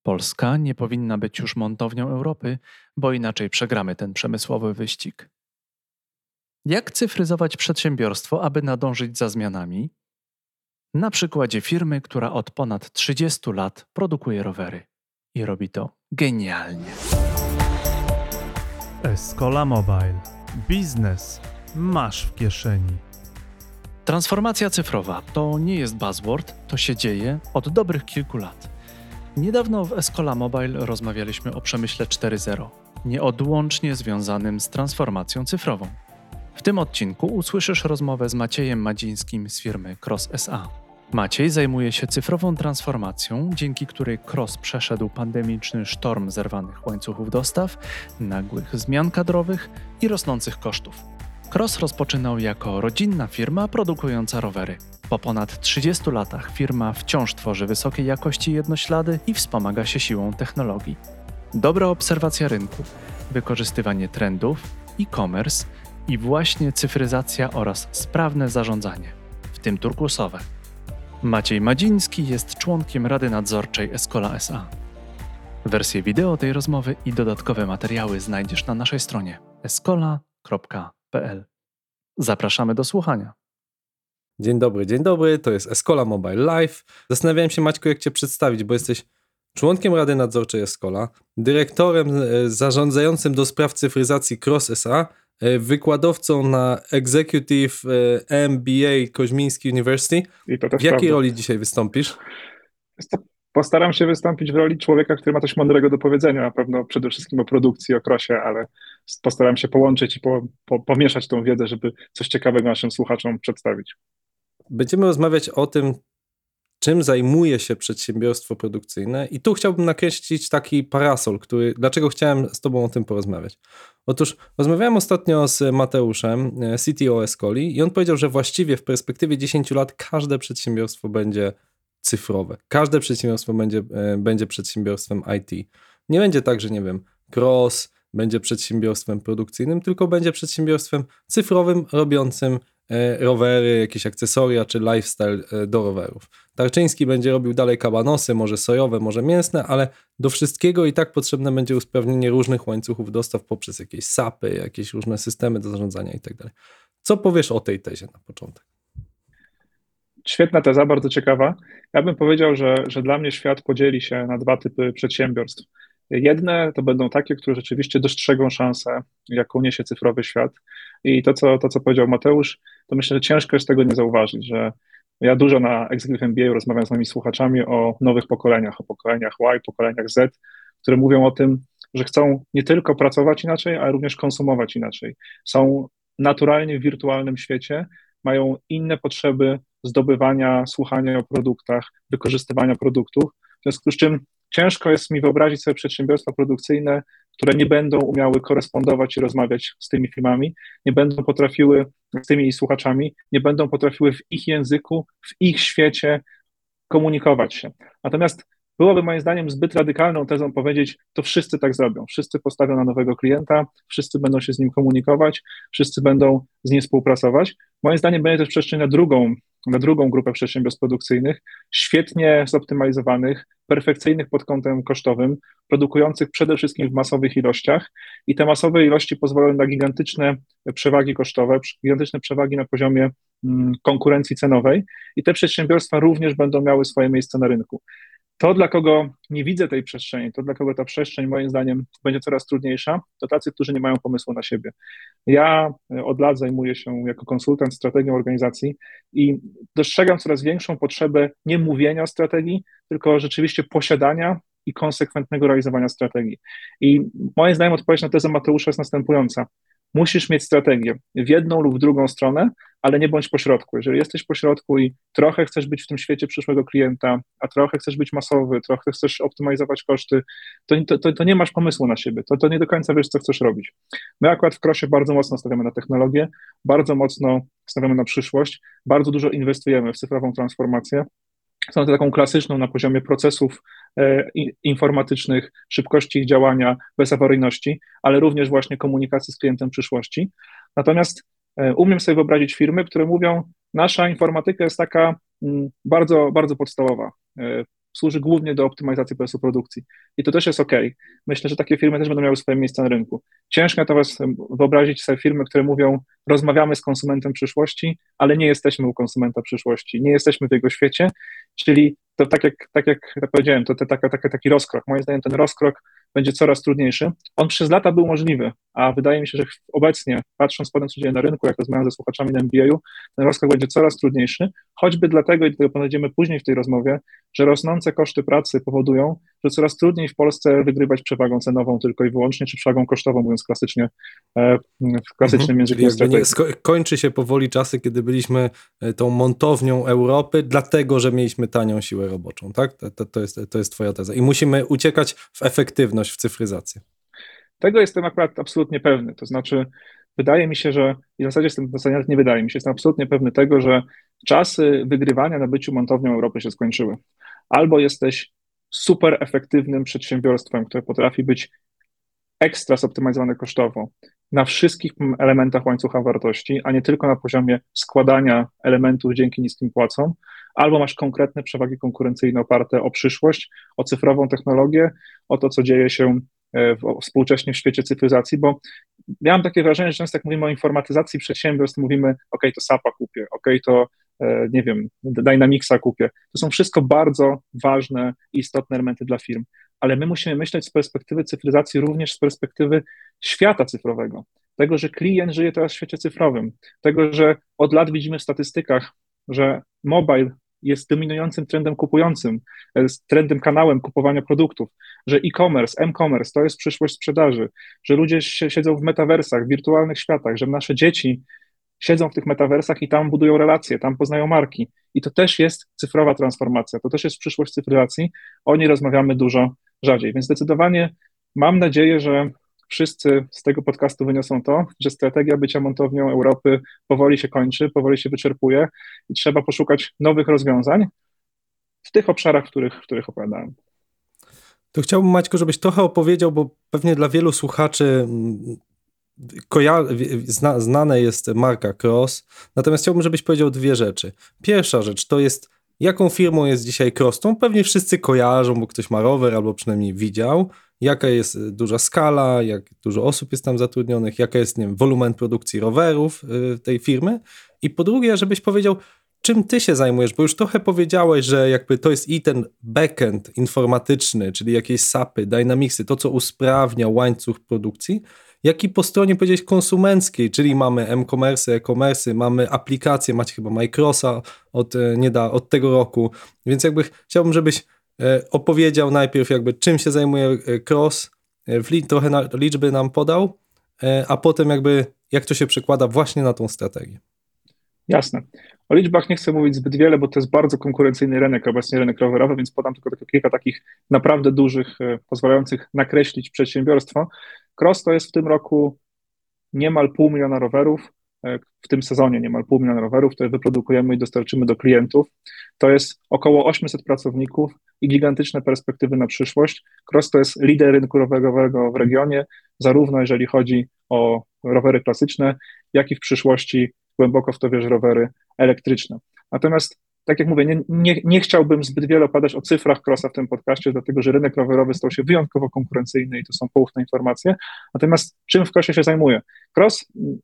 Polska nie powinna być już montownią Europy, bo inaczej przegramy ten przemysłowy wyścig. Jak cyfryzować przedsiębiorstwo, aby nadążyć za zmianami? Na przykładzie firmy, która od ponad 30 lat produkuje rowery. I robi to genialnie. Escola Mobile. Biznes masz w kieszeni. Transformacja cyfrowa to nie jest buzzword, to się dzieje od dobrych kilku lat. Niedawno w Escola Mobile rozmawialiśmy o przemyśle 4.0, nieodłącznie związanym z transformacją cyfrową. W tym odcinku usłyszysz rozmowę z Maciejem Madzińskim z firmy Cross SA. Maciej zajmuje się cyfrową transformacją, dzięki której Cross przeszedł pandemiczny sztorm zerwanych łańcuchów dostaw, nagłych zmian kadrowych i rosnących kosztów. Cross rozpoczynał jako rodzinna firma produkująca rowery. Po ponad 30 latach firma wciąż tworzy wysokiej jakości jednoślady i wspomaga się siłą technologii. Dobra obserwacja rynku, wykorzystywanie trendów, e-commerce i właśnie cyfryzacja oraz sprawne zarządzanie, w tym turkusowe. Maciej Madziński jest członkiem Rady Nadzorczej Escola SA. Wersję wideo tej rozmowy i dodatkowe materiały znajdziesz na naszej stronie escola.pl. Zapraszamy do słuchania. Dzień dobry, to jest Escola Mobile Live. Zastanawiałem się, Maćku, jak Cię przedstawić, bo jesteś członkiem Rady Nadzorczej Escola, dyrektorem zarządzającym do spraw cyfryzacji Cross SA, wykładowcą na Executive MBA Koźmiński University. W jakiej roli dzisiaj wystąpisz? Postaram się wystąpić w roli człowieka, który ma coś mądrego do powiedzenia, na pewno przede wszystkim o produkcji, o Crossie, ale postaram się połączyć i pomieszać tą wiedzę, żeby coś ciekawego naszym słuchaczom przedstawić. Będziemy rozmawiać o tym, czym zajmuje się przedsiębiorstwo produkcyjne i tu chciałbym nakreślić taki parasol, dlaczego chciałem z Tobą o tym porozmawiać. Otóż rozmawiałem ostatnio z Mateuszem, CTO Escoli, i on powiedział, że właściwie w perspektywie 10 lat każde przedsiębiorstwo będzie cyfrowe. Każde przedsiębiorstwo będzie przedsiębiorstwem IT. Nie będzie tak, że nie wiem, Cross będzie przedsiębiorstwem produkcyjnym, tylko będzie przedsiębiorstwem cyfrowym, robiącym rowery, jakieś akcesoria czy lifestyle do rowerów. Tarczyński będzie robił dalej kabanosy, może sojowe, może mięsne, ale do wszystkiego i tak potrzebne będzie usprawnienie różnych łańcuchów dostaw poprzez jakieś SAP-y, jakieś różne systemy do zarządzania i tak dalej. Co powiesz o tej tezie na początek? Świetna teza, bardzo ciekawa. Ja bym powiedział, że dla mnie świat podzieli się na dwa typy przedsiębiorstw. Jedne to będą takie, które rzeczywiście dostrzegą szansę, jaką niesie cyfrowy świat. I to, co powiedział Mateusz, to myślę, że ciężko jest tego nie zauważyć, że ja dużo na Executive MBA rozmawiam z moimi słuchaczami o nowych pokoleniach, o pokoleniach Y, pokoleniach Z, które mówią o tym, że chcą nie tylko pracować inaczej, ale również konsumować inaczej. Są naturalnie w wirtualnym świecie, mają inne potrzeby zdobywania, słuchania o produktach, wykorzystywania produktów, w związku z czym ciężko jest mi wyobrazić sobie przedsiębiorstwa produkcyjne, które nie będą umiały korespondować i rozmawiać z tymi firmami, nie będą potrafiły z tymi słuchaczami, nie będą potrafiły w ich języku, w ich świecie komunikować się. Natomiast byłoby moim zdaniem zbyt radykalną tezą powiedzieć, to wszyscy tak zrobią, wszyscy postawią na nowego klienta, wszyscy będą się z nim komunikować, wszyscy będą z nim współpracować. Moim zdaniem będzie też przestrzeń na drugą grupę przedsiębiorstw produkcyjnych, świetnie zoptymalizowanych, perfekcyjnych pod kątem kosztowym, produkujących przede wszystkim w masowych ilościach i te masowe ilości pozwolą na gigantyczne przewagi kosztowe, gigantyczne przewagi na poziomie konkurencji cenowej i te przedsiębiorstwa również będą miały swoje miejsce na rynku. To, dla kogo nie widzę tej przestrzeni, to dla kogo ta przestrzeń moim zdaniem będzie coraz trudniejsza, to tacy, którzy nie mają pomysłu na siebie. Ja od lat zajmuję się jako konsultant strategią organizacji i dostrzegam coraz większą potrzebę nie mówienia o strategii, tylko rzeczywiście posiadania i konsekwentnego realizowania strategii. I moim zdaniem odpowiedź na tezę Mateusza jest następująca. Musisz mieć strategię w jedną lub w drugą stronę, ale nie bądź pośrodku. Jeżeli jesteś pośrodku i trochę chcesz być w tym świecie przyszłego klienta, a trochę chcesz być masowy, trochę chcesz optymalizować koszty, to nie masz pomysłu na siebie, to nie do końca wiesz, co chcesz robić. My akurat w Crossie bardzo mocno stawiamy na technologię, bardzo mocno stawiamy na przyszłość, bardzo dużo inwestujemy w cyfrową transformację. Są to taką klasyczną na poziomie procesów informatycznych, szybkości ich działania, bezawaryjności, ale również właśnie komunikacji z klientem przyszłości. Natomiast umiem sobie wyobrazić firmy, które mówią, nasza informatyka jest taka bardzo, bardzo podstawowa. służy głównie do optymalizacji procesu produkcji. I to też jest OK. Myślę, że takie firmy też będą miały swoje miejsce na rynku. Ciężko natomiast wyobrazić sobie firmy, które mówią, rozmawiamy z konsumentem przyszłości, ale nie jesteśmy u konsumenta przyszłości, nie jesteśmy w jego świecie, czyli to tak jak powiedziałem, to taki rozkrok. Moim zdaniem ten rozkrok będzie coraz trudniejszy. On przez lata był możliwy, a wydaje mi się, że obecnie, patrząc po tym, co dzieje na rynku, jak rozmawiam ze słuchaczami na MBA-u, ten rozkrok będzie coraz trudniejszy, choćby dlatego, i do tego podejdziemy później w tej rozmowie, że rosnące koszty pracy powodują, że coraz trudniej w Polsce wygrywać przewagą cenową tylko i wyłącznie, czy przewagą kosztową, mówiąc klasycznie, w klasycznym języku strategii. Kończy się powoli czasy, kiedy byliśmy tą montownią Europy, dlatego, że mieliśmy tanią siłę roboczą, tak? To jest twoja teza. I musimy uciekać w efektywność, w cyfryzację. Tego jestem akurat absolutnie pewny. To znaczy, wydaje mi się, że i w zasadzie nawet nie wydaje mi się, jestem absolutnie pewny tego, że czasy wygrywania na byciu montownią Europy się skończyły. Albo jesteś super efektywnym przedsiębiorstwem, które potrafi być ekstra zoptymalizowane kosztowo na wszystkich elementach łańcucha wartości, a nie tylko na poziomie składania elementów dzięki niskim płacom, albo masz konkretne przewagi konkurencyjne oparte o przyszłość, o cyfrową technologię, o to, co dzieje się współcześnie w świecie cyfryzacji, bo miałem takie wrażenie, że często jak mówimy o informatyzacji przedsiębiorstw, mówimy, OK, to SAP-a kupię, OK, to nie wiem, Dynamicsa kupię. To są wszystko bardzo ważne i istotne elementy dla firm, ale my musimy myśleć z perspektywy cyfryzacji również z perspektywy świata cyfrowego, tego, że klient żyje teraz w świecie cyfrowym, tego, że od lat widzimy w statystykach, że mobile jest dominującym trendem kupującym, jest trendem, kanałem kupowania produktów, że e-commerce, m-commerce to jest przyszłość sprzedaży, że ludzie siedzą w metaversach, w wirtualnych światach, że nasze dzieci siedzą w tych metaversach i tam budują relacje, tam poznają marki. I to też jest cyfrowa transformacja, to też jest przyszłość cyfryzacji, o niej rozmawiamy dużo rzadziej. Więc zdecydowanie mam nadzieję, że wszyscy z tego podcastu wyniosą to, że strategia bycia montownią Europy powoli się kończy, powoli się wyczerpuje i trzeba poszukać nowych rozwiązań w tych obszarach, w których opowiadałem. To chciałbym, Maćku, żebyś trochę opowiedział, bo pewnie dla wielu słuchaczy znane jest marka Cross, natomiast chciałbym, żebyś powiedział dwie rzeczy. Pierwsza rzecz to jest, jaką firmą jest dzisiaj Cross? Tą pewnie wszyscy kojarzą, bo ktoś ma rower albo przynajmniej widział. Jaka jest duża skala, jak dużo osób jest tam zatrudnionych, jaka jest, nie wiem, wolumen produkcji rowerów tej firmy. I po drugie, żebyś powiedział, czym ty się zajmujesz, bo już trochę powiedziałeś, że jakby to jest i ten backend informatyczny, czyli jakieś SAP-y, Dynamicsy, to co usprawnia łańcuch produkcji, jak i po stronie, powiedziałeś, konsumenckiej, czyli mamy m-commerce, e-commerce, mamy aplikacje, macie chyba MyCrossa od tego roku, więc jakby chciałbym, żebyś opowiedział najpierw jakby czym się zajmuje Cross, trochę liczby nam podał, a potem jakby jak to się przekłada właśnie na tą strategię. Jasne. O liczbach nie chcę mówić zbyt wiele, bo to jest bardzo konkurencyjny rynek, obecnie rynek rowerowy, więc podam tylko kilka takich naprawdę dużych, pozwalających nakreślić przedsiębiorstwo. Cross to jest w tym roku niemal 500 000 rowerów, w tym sezonie niemal 500 000 rowerów, które wyprodukujemy i dostarczymy do klientów. To jest około 800 pracowników i gigantyczne perspektywy na przyszłość. Cross to jest lider rynku rowerowego w regionie, zarówno jeżeli chodzi o rowery klasyczne, jak i w przyszłości głęboko w to wierzę rowery elektryczne. Natomiast, tak jak mówię, nie chciałbym zbyt wiele opadać o cyfrach Crossa w tym podcaście, dlatego że rynek rowerowy stał się wyjątkowo konkurencyjny i to są poufne informacje. Natomiast czym w Crossie się zajmuję? Cross,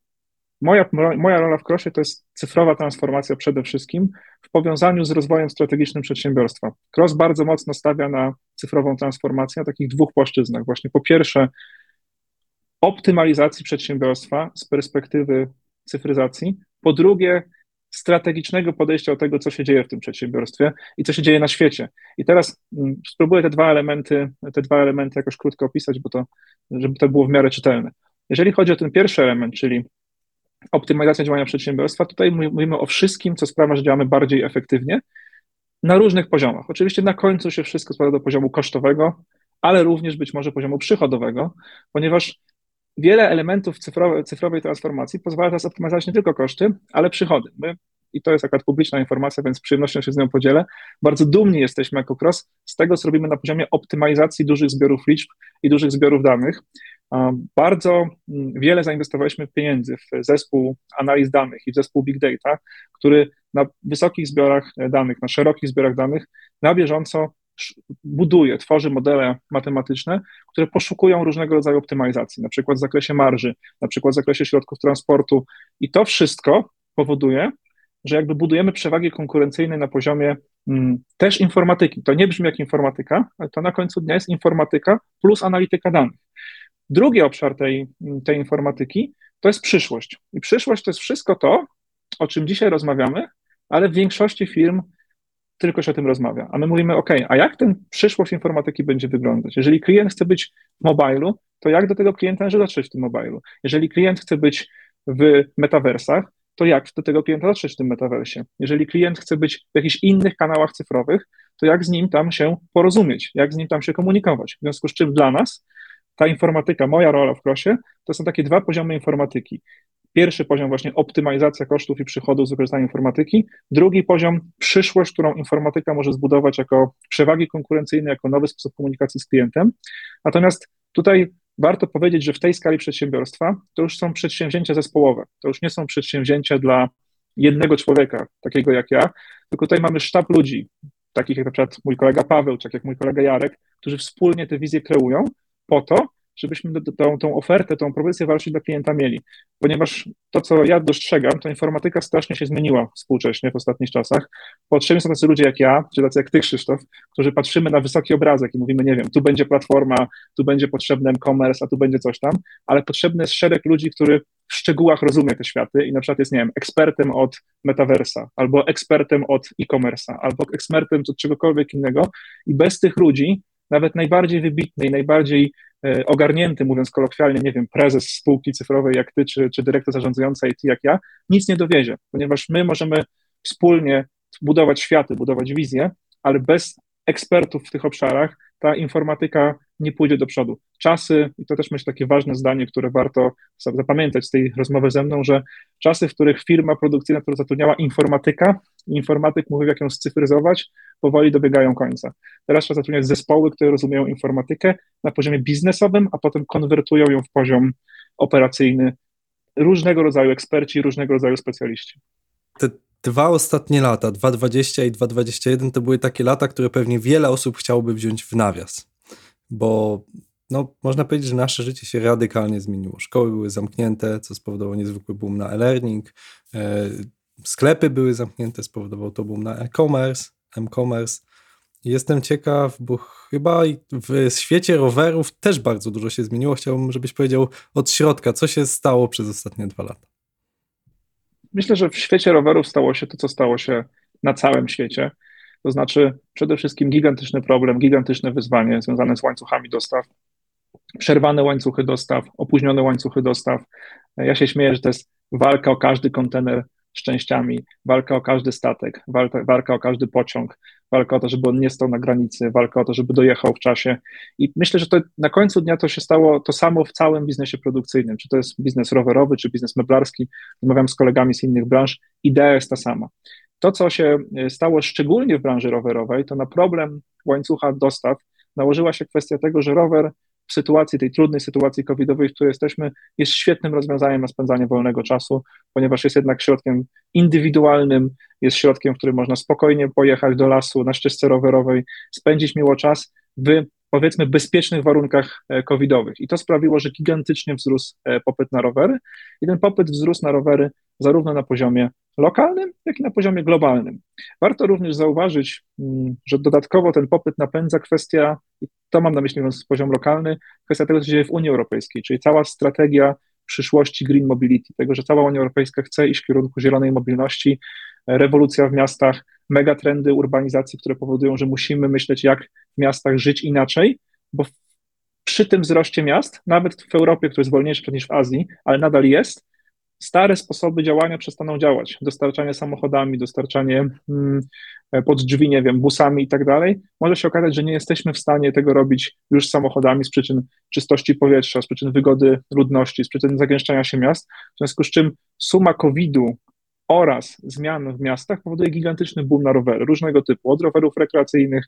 moja rola w Crossie to jest cyfrowa transformacja przede wszystkim w powiązaniu z rozwojem strategicznym przedsiębiorstwa. Cross bardzo mocno stawia na cyfrową transformację na takich dwóch płaszczyznach. Właśnie po pierwsze optymalizacji przedsiębiorstwa z perspektywy cyfryzacji, po drugie strategicznego podejścia do tego, co się dzieje w tym przedsiębiorstwie i co się dzieje na świecie. I teraz spróbuję te dwa elementy jakoś krótko opisać, żeby to było w miarę czytelne. Jeżeli chodzi o ten pierwszy element, czyli optymalizacja działania przedsiębiorstwa, tutaj mówimy o wszystkim, co sprawia, że działamy bardziej efektywnie na różnych poziomach. Oczywiście na końcu się wszystko sprowadza do poziomu kosztowego, ale również być może poziomu przychodowego, ponieważ wiele elementów cyfrowej transformacji pozwala teraz optymalizować nie tylko koszty, ale przychody. I to jest akurat publiczna informacja, więc z przyjemnością się z nią podzielę, bardzo dumni jesteśmy jako Cross z tego, co robimy na poziomie optymalizacji dużych zbiorów liczb i dużych zbiorów danych. Bardzo wiele zainwestowaliśmy pieniędzy w zespół analiz danych i w zespół Big Data, który na wysokich zbiorach danych, na szerokich zbiorach danych na bieżąco buduje, tworzy modele matematyczne, które poszukują różnego rodzaju optymalizacji, na przykład w zakresie marży, na przykład w zakresie środków transportu i to wszystko powoduje, że jakby budujemy przewagi konkurencyjne na poziomie też informatyki. To nie brzmi jak informatyka, ale to na końcu dnia jest informatyka plus analityka danych. Drugi obszar tej informatyki to jest przyszłość. I przyszłość to jest wszystko to, o czym dzisiaj rozmawiamy, ale w większości firm tylko się o tym rozmawia. A my mówimy, OK, a jak ten przyszłość informatyki będzie wyglądać? Jeżeli klient chce być w mobilu, to jak do tego klienta należy dotrzeć w tym mobilu? Jeżeli klient chce być w metaversach, to jak do tego klienta dotrzeć w tym metaversie? Jeżeli klient chce być w jakichś innych kanałach cyfrowych, to jak z nim tam się porozumieć? Jak z nim tam się komunikować? W związku z czym dla nas ta informatyka, moja rola w Krosie, to są takie dwa poziomy informatyki. Pierwszy poziom właśnie optymalizacja kosztów i przychodów z wykorzystaniem informatyki. Drugi poziom przyszłość, którą informatyka może zbudować jako przewagi konkurencyjne, jako nowy sposób komunikacji z klientem. Natomiast tutaj warto powiedzieć, że w tej skali przedsiębiorstwa to już są przedsięwzięcia zespołowe. To już nie są przedsięwzięcia dla jednego człowieka, takiego jak ja, tylko tutaj mamy sztab ludzi, takich jak na przykład mój kolega Paweł, czy jak mój kolega Jarek, którzy wspólnie te wizje kreują po to, żebyśmy tą ofertę, tą propozycję wartości dla klienta mieli. Ponieważ to, co ja dostrzegam, to informatyka strasznie się zmieniła współcześnie w ostatnich czasach. Potrzebni są tacy ludzie jak ja, czy tacy jak ty, Krzysztof, którzy patrzymy na wysoki obrazek i mówimy, nie wiem, tu będzie platforma, tu będzie potrzebny e-commerce, a tu będzie coś tam, ale potrzebny jest szereg ludzi, który w szczegółach rozumie te światy i na przykład jest, nie wiem, ekspertem od metaversa, albo ekspertem od e-commerce'a, albo ekspertem od czegokolwiek innego i bez tych ludzi nawet najbardziej wybitny i najbardziej ogarnięty, mówiąc kolokwialnie, nie wiem, prezes spółki cyfrowej jak ty, czy dyrektor zarządzający IT jak ja, nic nie dowiezie, ponieważ my możemy wspólnie budować światy, budować wizje, ale bez ekspertów w tych obszarach ta informatyka nie pójdzie do przodu. Czasy, i to też myślę takie ważne zdanie, które warto zapamiętać z tej rozmowy ze mną, że czasy, w których firma produkcyjna, która zatrudniała informatyk mówił, jak ją scyfryzować, powoli dobiegają końca. Teraz trzeba zatrudniać zespoły, które rozumieją informatykę na poziomie biznesowym, a potem konwertują ją w poziom operacyjny. Różnego rodzaju eksperci, różnego rodzaju specjaliści. Te dwa ostatnie lata, 2020 i 2021, to były takie lata, które pewnie wiele osób chciałoby wziąć w nawias, bo no, można powiedzieć, że nasze życie się radykalnie zmieniło. Szkoły były zamknięte, co spowodowało niezwykły boom na e-learning, sklepy były zamknięte, spowodował to boom na e-commerce. Jestem ciekaw, bo chyba w świecie rowerów też bardzo dużo się zmieniło. Chciałbym, żebyś powiedział od środka, co się stało przez ostatnie 2 lata. Myślę, że w świecie rowerów stało się to, co stało się na całym świecie. To znaczy przede wszystkim gigantyczny problem, gigantyczne wyzwanie związane z łańcuchami dostaw, przerwane łańcuchy dostaw, opóźnione łańcuchy dostaw. Ja się śmieję, że to jest walka o każdy kontener z częściami, walka o każdy statek, walka o każdy pociąg, walka o to, żeby on nie stał na granicy, walka o to, żeby dojechał w czasie. I myślę, że to na końcu dnia to się stało to samo w całym biznesie produkcyjnym, czy to jest biznes rowerowy, czy biznes meblarski. Rozmawiam z kolegami z innych branż, idea jest ta sama. To, co się stało szczególnie w branży rowerowej, to na problem łańcucha dostaw nałożyła się kwestia tego, że rower w sytuacji, tej trudnej sytuacji covidowej, w której jesteśmy, jest świetnym rozwiązaniem na spędzanie wolnego czasu, ponieważ jest jednak środkiem indywidualnym, jest środkiem, w którym można spokojnie pojechać do lasu na ścieżce rowerowej, spędzić miło czas w, powiedzmy, bezpiecznych warunkach covidowych. I to sprawiło, że gigantycznie wzrósł popyt na rowery i ten popyt wzrósł na rowery zarówno na poziomie lokalnym, jak i na poziomie globalnym. Warto również zauważyć, że dodatkowo ten popyt napędza kwestia, i to mam na myśli mówiąc poziom lokalny, kwestia tego, co się dzieje w Unii Europejskiej, czyli cała strategia przyszłości green mobility, tego, że cała Unia Europejska chce iść w kierunku zielonej mobilności, rewolucja w miastach, megatrendy urbanizacji, które powodują, że musimy myśleć, jak w miastach żyć inaczej, bo przy tym wzroście miast, nawet w Europie, który jest wolniejszy niż w Azji, ale nadal jest, stare sposoby działania przestaną działać. Dostarczanie samochodami, dostarczanie pod drzwi, nie wiem, busami i tak dalej. Może się okazać, że nie jesteśmy w stanie tego robić już samochodami z przyczyn czystości powietrza, z przyczyn wygody ludności, z przyczyn zagęszczania się miast, w związku z czym suma COVID-u oraz zmian w miastach powoduje gigantyczny boom na rowery różnego typu, od rowerów rekreacyjnych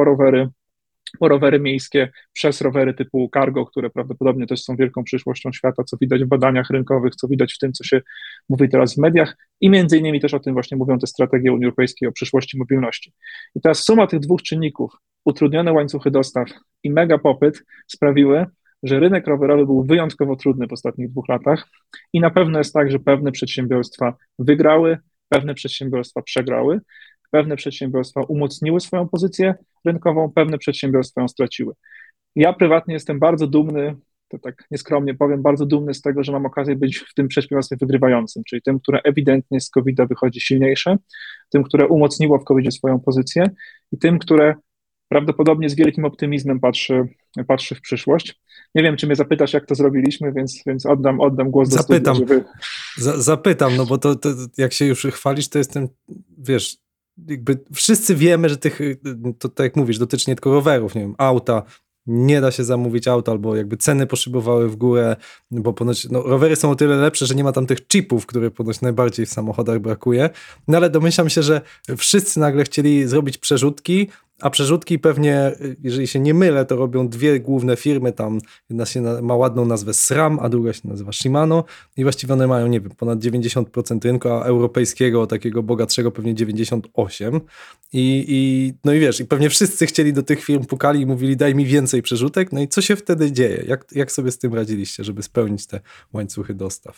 po rowery miejskie, przez rowery typu cargo, które prawdopodobnie też są wielką przyszłością świata, co widać w badaniach rynkowych, co widać w tym, co się mówi teraz w mediach i między innymi też o tym właśnie mówią te strategie Unii Europejskiej o przyszłości mobilności. I teraz suma tych dwóch czynników, utrudnione łańcuchy dostaw i mega popyt sprawiły, że rynek rowerowy był wyjątkowo trudny w ostatnich 2 latach i na pewno jest tak, że pewne przedsiębiorstwa wygrały, pewne przedsiębiorstwa przegrały, pewne przedsiębiorstwa umocniły swoją pozycję rynkową, pewne przedsiębiorstwa ją straciły. Ja prywatnie jestem bardzo dumny, to tak nieskromnie powiem, bardzo dumny z tego, że mam okazję być w tym przedsiębiorstwie wygrywającym, czyli tym, które ewidentnie z COVID-a wychodzi silniejsze, tym, które umocniło w COVID-zie swoją pozycję i tym, które prawdopodobnie z wielkim optymizmem patrzy w przyszłość. Nie wiem, czy mnie zapytasz, jak to zrobiliśmy, więc oddam głos do studia, żeby... Zapytam, no bo to jak się już chwalisz, to jestem, wiesz, jakby wszyscy wiemy, że to tak jak mówisz, dotyczy nie tylko rowerów, nie wiem, auta, nie da się zamówić auta, albo jakby ceny poszybowały w górę, bo ponoć rowery są o tyle lepsze, że nie ma tam tych chipów, które ponoć najbardziej w samochodach brakuje, no ale domyślam się, że wszyscy nagle chcieli zrobić przerzutki, a przerzutki pewnie, jeżeli się nie mylę, to robią 2 główne firmy, tam jedna ma ładną nazwę SRAM, a druga się nazywa Shimano i właściwie one mają, nie wiem, ponad 90% rynku, a europejskiego, takiego bogatszego pewnie 98%. No i wiesz, i pewnie wszyscy chcieli do tych firm pukali i mówili, daj mi więcej przerzutek, no i co się wtedy dzieje? Jak sobie z tym radziliście, żeby spełnić te łańcuchy dostaw?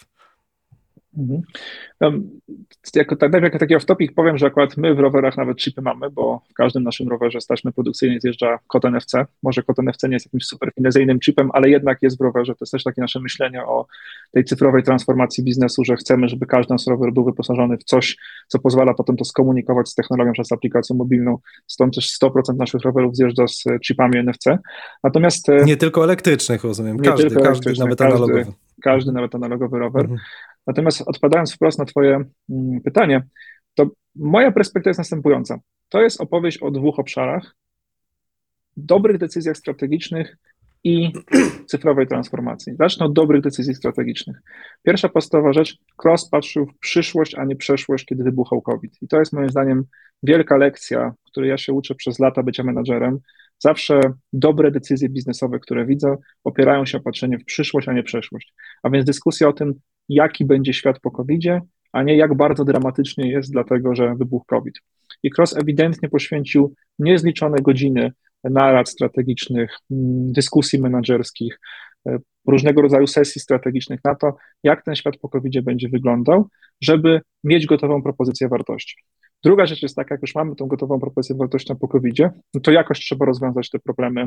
Jako taki off-topic powiem, że akurat my w rowerach nawet chipy mamy, bo w każdym naszym rowerze z taśmy produkcyjnej zjeżdża kod NFC. Może kod NFC nie jest jakimś super finezyjnym chipem, ale jednak jest w rowerze. To jest też takie nasze myślenie o tej cyfrowej transformacji biznesu, że chcemy, żeby każdy nasz rower był wyposażony w coś, co pozwala potem to skomunikować z technologią przez aplikację mobilną. Stąd też 100% naszych rowerów zjeżdża z chipami NFC. Natomiast... Nie tylko elektrycznych, rozumiem. Każdy nawet analogowy. Każdy nawet analogowy rower. Natomiast odpowiadając wprost na twoje pytanie, to moja perspektywa jest następująca. To jest opowieść o 2 obszarach: dobrych decyzjach strategicznych i cyfrowej transformacji. Zacznę od dobrych decyzji strategicznych. Pierwsza podstawowa rzecz: Cross patrzył w przyszłość, a nie przeszłość, kiedy wybuchał COVID. I to jest moim zdaniem wielka lekcja, której ja się uczę przez lata bycia menadżerem. Zawsze dobre decyzje biznesowe, które widzę, opierają się o patrzenie w przyszłość, a nie przeszłość. A więc dyskusja o tym, jaki będzie świat po COVID-zie, a nie jak bardzo dramatycznie jest dlatego, że wybuchł COVID. I Cross ewidentnie poświęcił niezliczone godziny narad strategicznych, dyskusji menedżerskich, różnego rodzaju sesji strategicznych na to, jak ten świat po COVID-zie będzie wyglądał, żeby mieć gotową propozycję wartości. Druga rzecz jest taka, jak już mamy tą gotową propozycję wartości po COVID-zie, no to jakoś trzeba rozwiązać te problemy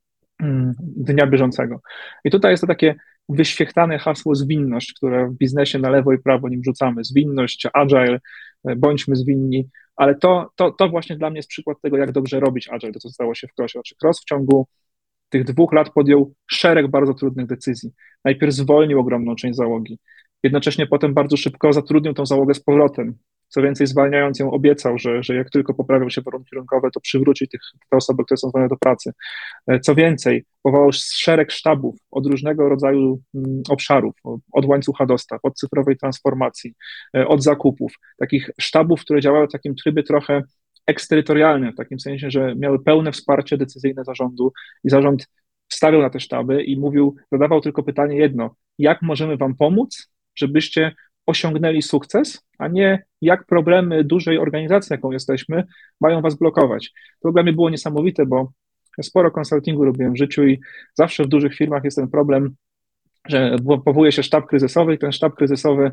dnia bieżącego. I tutaj jest to takie wyświechtane hasło zwinność, które w biznesie na lewo i prawo nim rzucamy. Zwinność, agile, bądźmy zwinni, ale to właśnie dla mnie jest przykład tego, jak dobrze robić agile, to co stało się w Crossie. Znaczy Cross w ciągu tych 2 lat podjął szereg bardzo trudnych decyzji. Najpierw zwolnił ogromną część załogi, jednocześnie potem bardzo szybko zatrudnił tą załogę z powrotem. Co więcej, zwalniając ją, obiecał, że jak tylko poprawią się warunki rynkowe, to przywróci te osoby, które są zwolnione do pracy. Co więcej, powołał szereg sztabów od różnego rodzaju obszarów, od łańcucha dostaw, od cyfrowej transformacji, od zakupów, takich sztabów, które działały w takim trybie trochę eksterytorialnym, w takim sensie, że miały pełne wsparcie decyzyjne zarządu i zarząd stawiał na te sztaby i zadawał tylko pytanie jedno: jak możemy wam pomóc, żebyście osiągnęli sukces, a nie jak problemy dużej organizacji, jaką jesteśmy, mają was blokować. To dla mnie było niesamowite, bo sporo konsultingu robiłem w życiu i zawsze w dużych firmach jest ten problem, że powołuje się sztab kryzysowy i ten sztab kryzysowy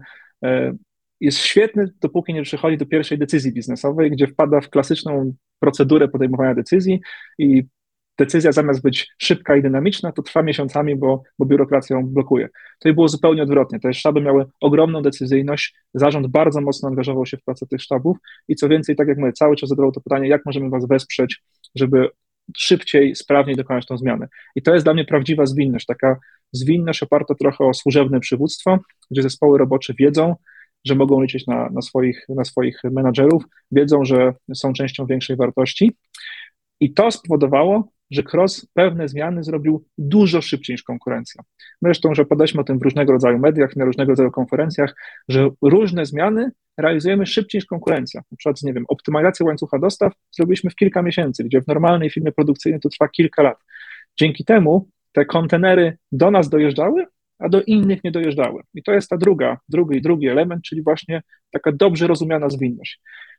jest świetny, dopóki nie przychodzi do pierwszej decyzji biznesowej, gdzie wpada w klasyczną procedurę podejmowania decyzji i decyzja zamiast być szybka i dynamiczna, to trwa miesiącami, bo biurokracja ją blokuje. To było zupełnie odwrotnie. Te sztaby miały ogromną decyzyjność, zarząd bardzo mocno angażował się w pracę tych sztabów i co więcej, tak jak mówię, cały czas zadawał to pytanie, jak możemy was wesprzeć, żeby szybciej, sprawniej dokonać tą zmianę. I to jest dla mnie prawdziwa zwinność, taka zwinność oparta trochę o służebne przywództwo, gdzie zespoły robocze wiedzą, że mogą liczyć na swoich menadżerów, wiedzą, że są częścią większej wartości. I to spowodowało, że Cross pewne zmiany zrobił dużo szybciej niż konkurencja. Zresztą, że podaliśmy o tym w różnego rodzaju mediach, na różnego rodzaju konferencjach, że różne zmiany realizujemy szybciej niż konkurencja. Na przykład, nie wiem, optymalizację łańcucha dostaw zrobiliśmy w kilka miesięcy, gdzie w normalnej firmie produkcyjnej to trwa kilka lat. Dzięki temu te kontenery do nas dojeżdżały, a do innych nie dojeżdżały. I to jest drugi element, czyli właśnie taka dobrze rozumiana zwinność.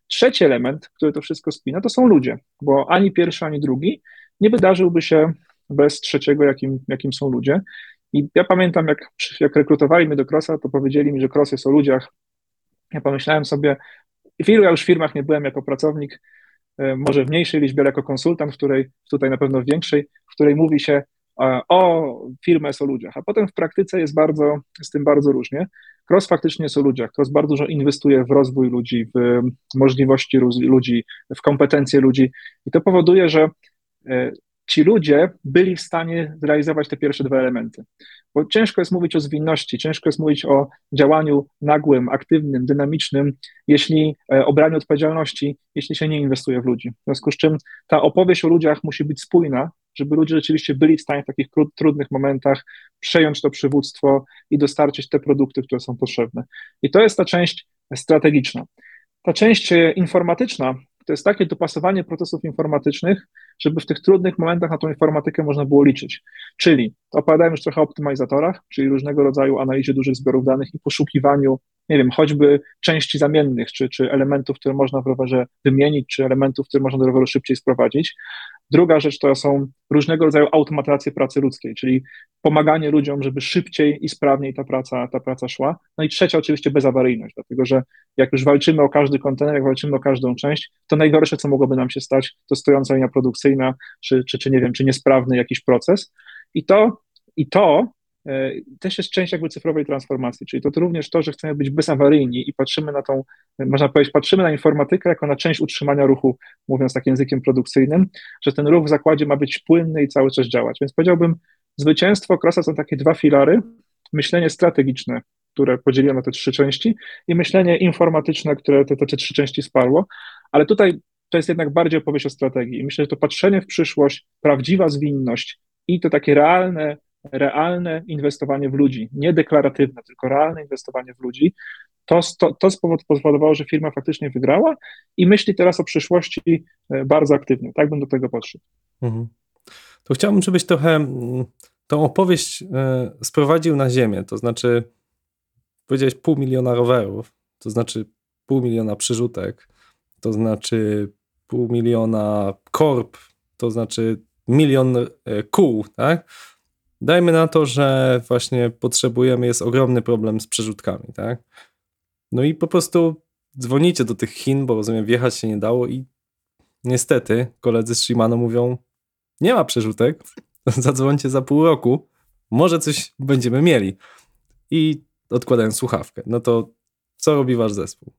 Trzeci element, który to wszystko spina, to są ludzie, bo ani pierwszy, ani drugi nie wydarzyłby się bez trzeciego, jakim są ludzie. I ja pamiętam, jak rekrutowali mnie do Crossa, to powiedzieli mi, że Cross jest o ludziach. Ja pomyślałem sobie, w ilu ja już firmach nie byłem jako pracownik, może w mniejszej liczbie, ale jako konsultant, tutaj na pewno w większej, w której mówi się o, firma jest o ludziach, a potem w praktyce jest z tym bardzo różnie. Cross faktycznie jest o ludziach. Cross bardzo dużo inwestuje w rozwój ludzi, w możliwości ludzi, w kompetencje ludzi i to powoduje, że ci ludzie byli w stanie zrealizować te pierwsze dwa elementy. Bo ciężko jest mówić o zwinności, ciężko jest mówić o działaniu nagłym, aktywnym, dynamicznym, o braniu odpowiedzialności, jeśli się nie inwestuje w ludzi. W związku z czym ta opowieść o ludziach musi być spójna, żeby ludzie rzeczywiście byli w stanie w takich trudnych momentach przejąć to przywództwo i dostarczyć te produkty, które są potrzebne. I to jest ta część strategiczna. Ta część informatyczna to jest takie dopasowanie procesów informatycznych, żeby w tych trudnych momentach na tą informatykę można było liczyć. Czyli opowiadałem już trochę o optymalizatorach, czyli różnego rodzaju analizie dużych zbiorów danych i poszukiwaniu, nie wiem, choćby części zamiennych, czy elementów, które można w rowerze wymienić, czy elementów, które można do roweru szybciej sprowadzić. Druga rzecz to są różnego rodzaju automatyzacje pracy ludzkiej, czyli pomaganie ludziom, żeby szybciej i sprawniej ta praca szła. No i trzecia oczywiście bezawaryjność, dlatego że jak już walczymy o każdy kontener, jak walczymy o każdą część, to najgorsze, co mogłoby nam się stać, to stojąca linia produkcyjna, czy nie wiem, czy niesprawny jakiś proces. I to też jest część jakby cyfrowej transformacji, czyli to również to, że chcemy być bezawaryjni i patrzymy na tą, można powiedzieć, patrzymy na informatykę jako na część utrzymania ruchu, mówiąc tak językiem produkcyjnym, że ten ruch w zakładzie ma być płynny i cały czas działać. Więc powiedziałbym, zwycięstwo Crossa są takie dwa filary, myślenie strategiczne, które podzieliłem na te trzy części i myślenie informatyczne, które te trzy części sparło, ale tutaj to jest jednak bardziej opowieść o strategii i myślę, że to patrzenie w przyszłość, prawdziwa zwinność i to takie realne inwestowanie w ludzi, nie deklaratywne, tylko realne inwestowanie w ludzi, to spowodowało, że firma faktycznie wygrała i myśli teraz o przyszłości bardzo aktywnie. Tak bym do tego podszedł. Mhm. To chciałbym, żebyś trochę tą opowieść sprowadził na ziemię, to znaczy powiedziałeś 500 000 rowerów, to znaczy 500 000 przyrzutek, to znaczy 500 000 korb, to znaczy 1 000 000 kół, tak? Dajmy na to, że właśnie jest ogromny problem z przerzutkami, tak? No i po prostu dzwonicie do tych Chin, bo rozumiem, wjechać się nie dało i niestety koledzy z Shimano mówią, nie ma przerzutek, zadzwońcie za pół roku, może coś będziemy mieli. I odkładają słuchawkę. No to co robi wasz zespół?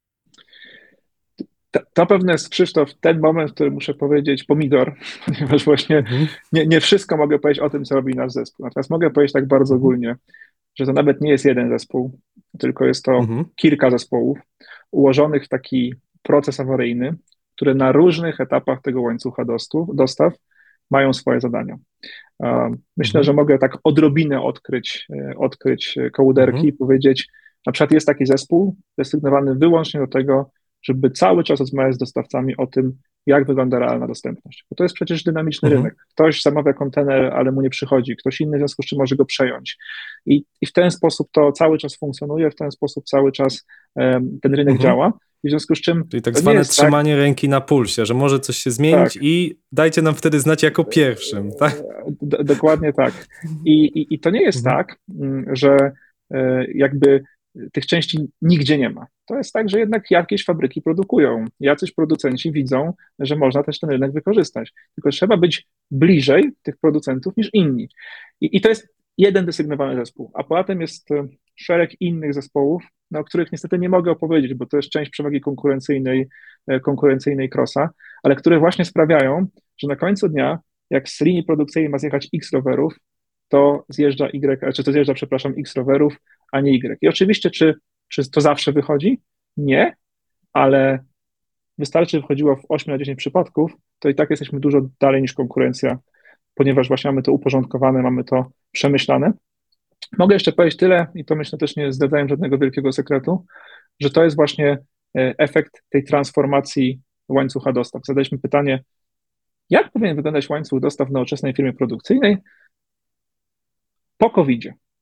To pewnie jest, Krzysztof, ten moment, w którym muszę powiedzieć pomidor, ponieważ właśnie nie wszystko mogę powiedzieć o tym, co robi nasz zespół. Natomiast mogę powiedzieć tak bardzo ogólnie, że to nawet nie jest jeden zespół, tylko jest to kilka zespołów ułożonych w taki proces awaryjny, które na różnych etapach tego łańcucha dostaw mają swoje zadania. Myślę, że mogę tak odrobinę odkryć kołderki i powiedzieć, na przykład jest taki zespół desygnowany wyłącznie do tego, żeby cały czas rozmawiać z dostawcami o tym, jak wygląda realna dostępność. Bo to jest przecież dynamiczny rynek. Ktoś zamawia kontener, ale mu nie przychodzi, ktoś inny w związku z czym może go przejąć. I w ten sposób to cały czas funkcjonuje, w ten sposób cały czas ten rynek działa. I w związku z czym czyli tak zwane trzymanie ręki na pulsie, że może coś się zmienić i dajcie nam wtedy znać jako pierwszym. Tak? Dokładnie tak. I to nie jest tak, że jakby tych części nigdzie nie ma. To jest tak, że jednak jakieś fabryki produkują, jacyś producenci widzą, że można też ten rynek wykorzystać. Tylko trzeba być bliżej tych producentów niż inni. I to jest jeden desygnowany zespół, a poza tym jest szereg innych zespołów, o których niestety nie mogę opowiedzieć, bo to jest część przewagi konkurencyjnej Crossa, ale które właśnie sprawiają, że na końcu dnia, jak z linii produkcyjnej ma zjechać X rowerów, to zjeżdża X rowerów, a nie Y. I oczywiście, czy to zawsze wychodzi? Nie, ale wystarczy, że wychodziło w 8 na 10 przypadków, to i tak jesteśmy dużo dalej niż konkurencja, ponieważ właśnie mamy to uporządkowane, mamy to przemyślane. Mogę jeszcze powiedzieć tyle, i to myślę też nie zdradzając żadnego wielkiego sekretu, że to jest właśnie efekt tej transformacji łańcucha dostaw. Zadaliśmy pytanie, jak powinien wyglądać łańcuch dostaw w nowoczesnej firmie produkcyjnej po COVID-zie?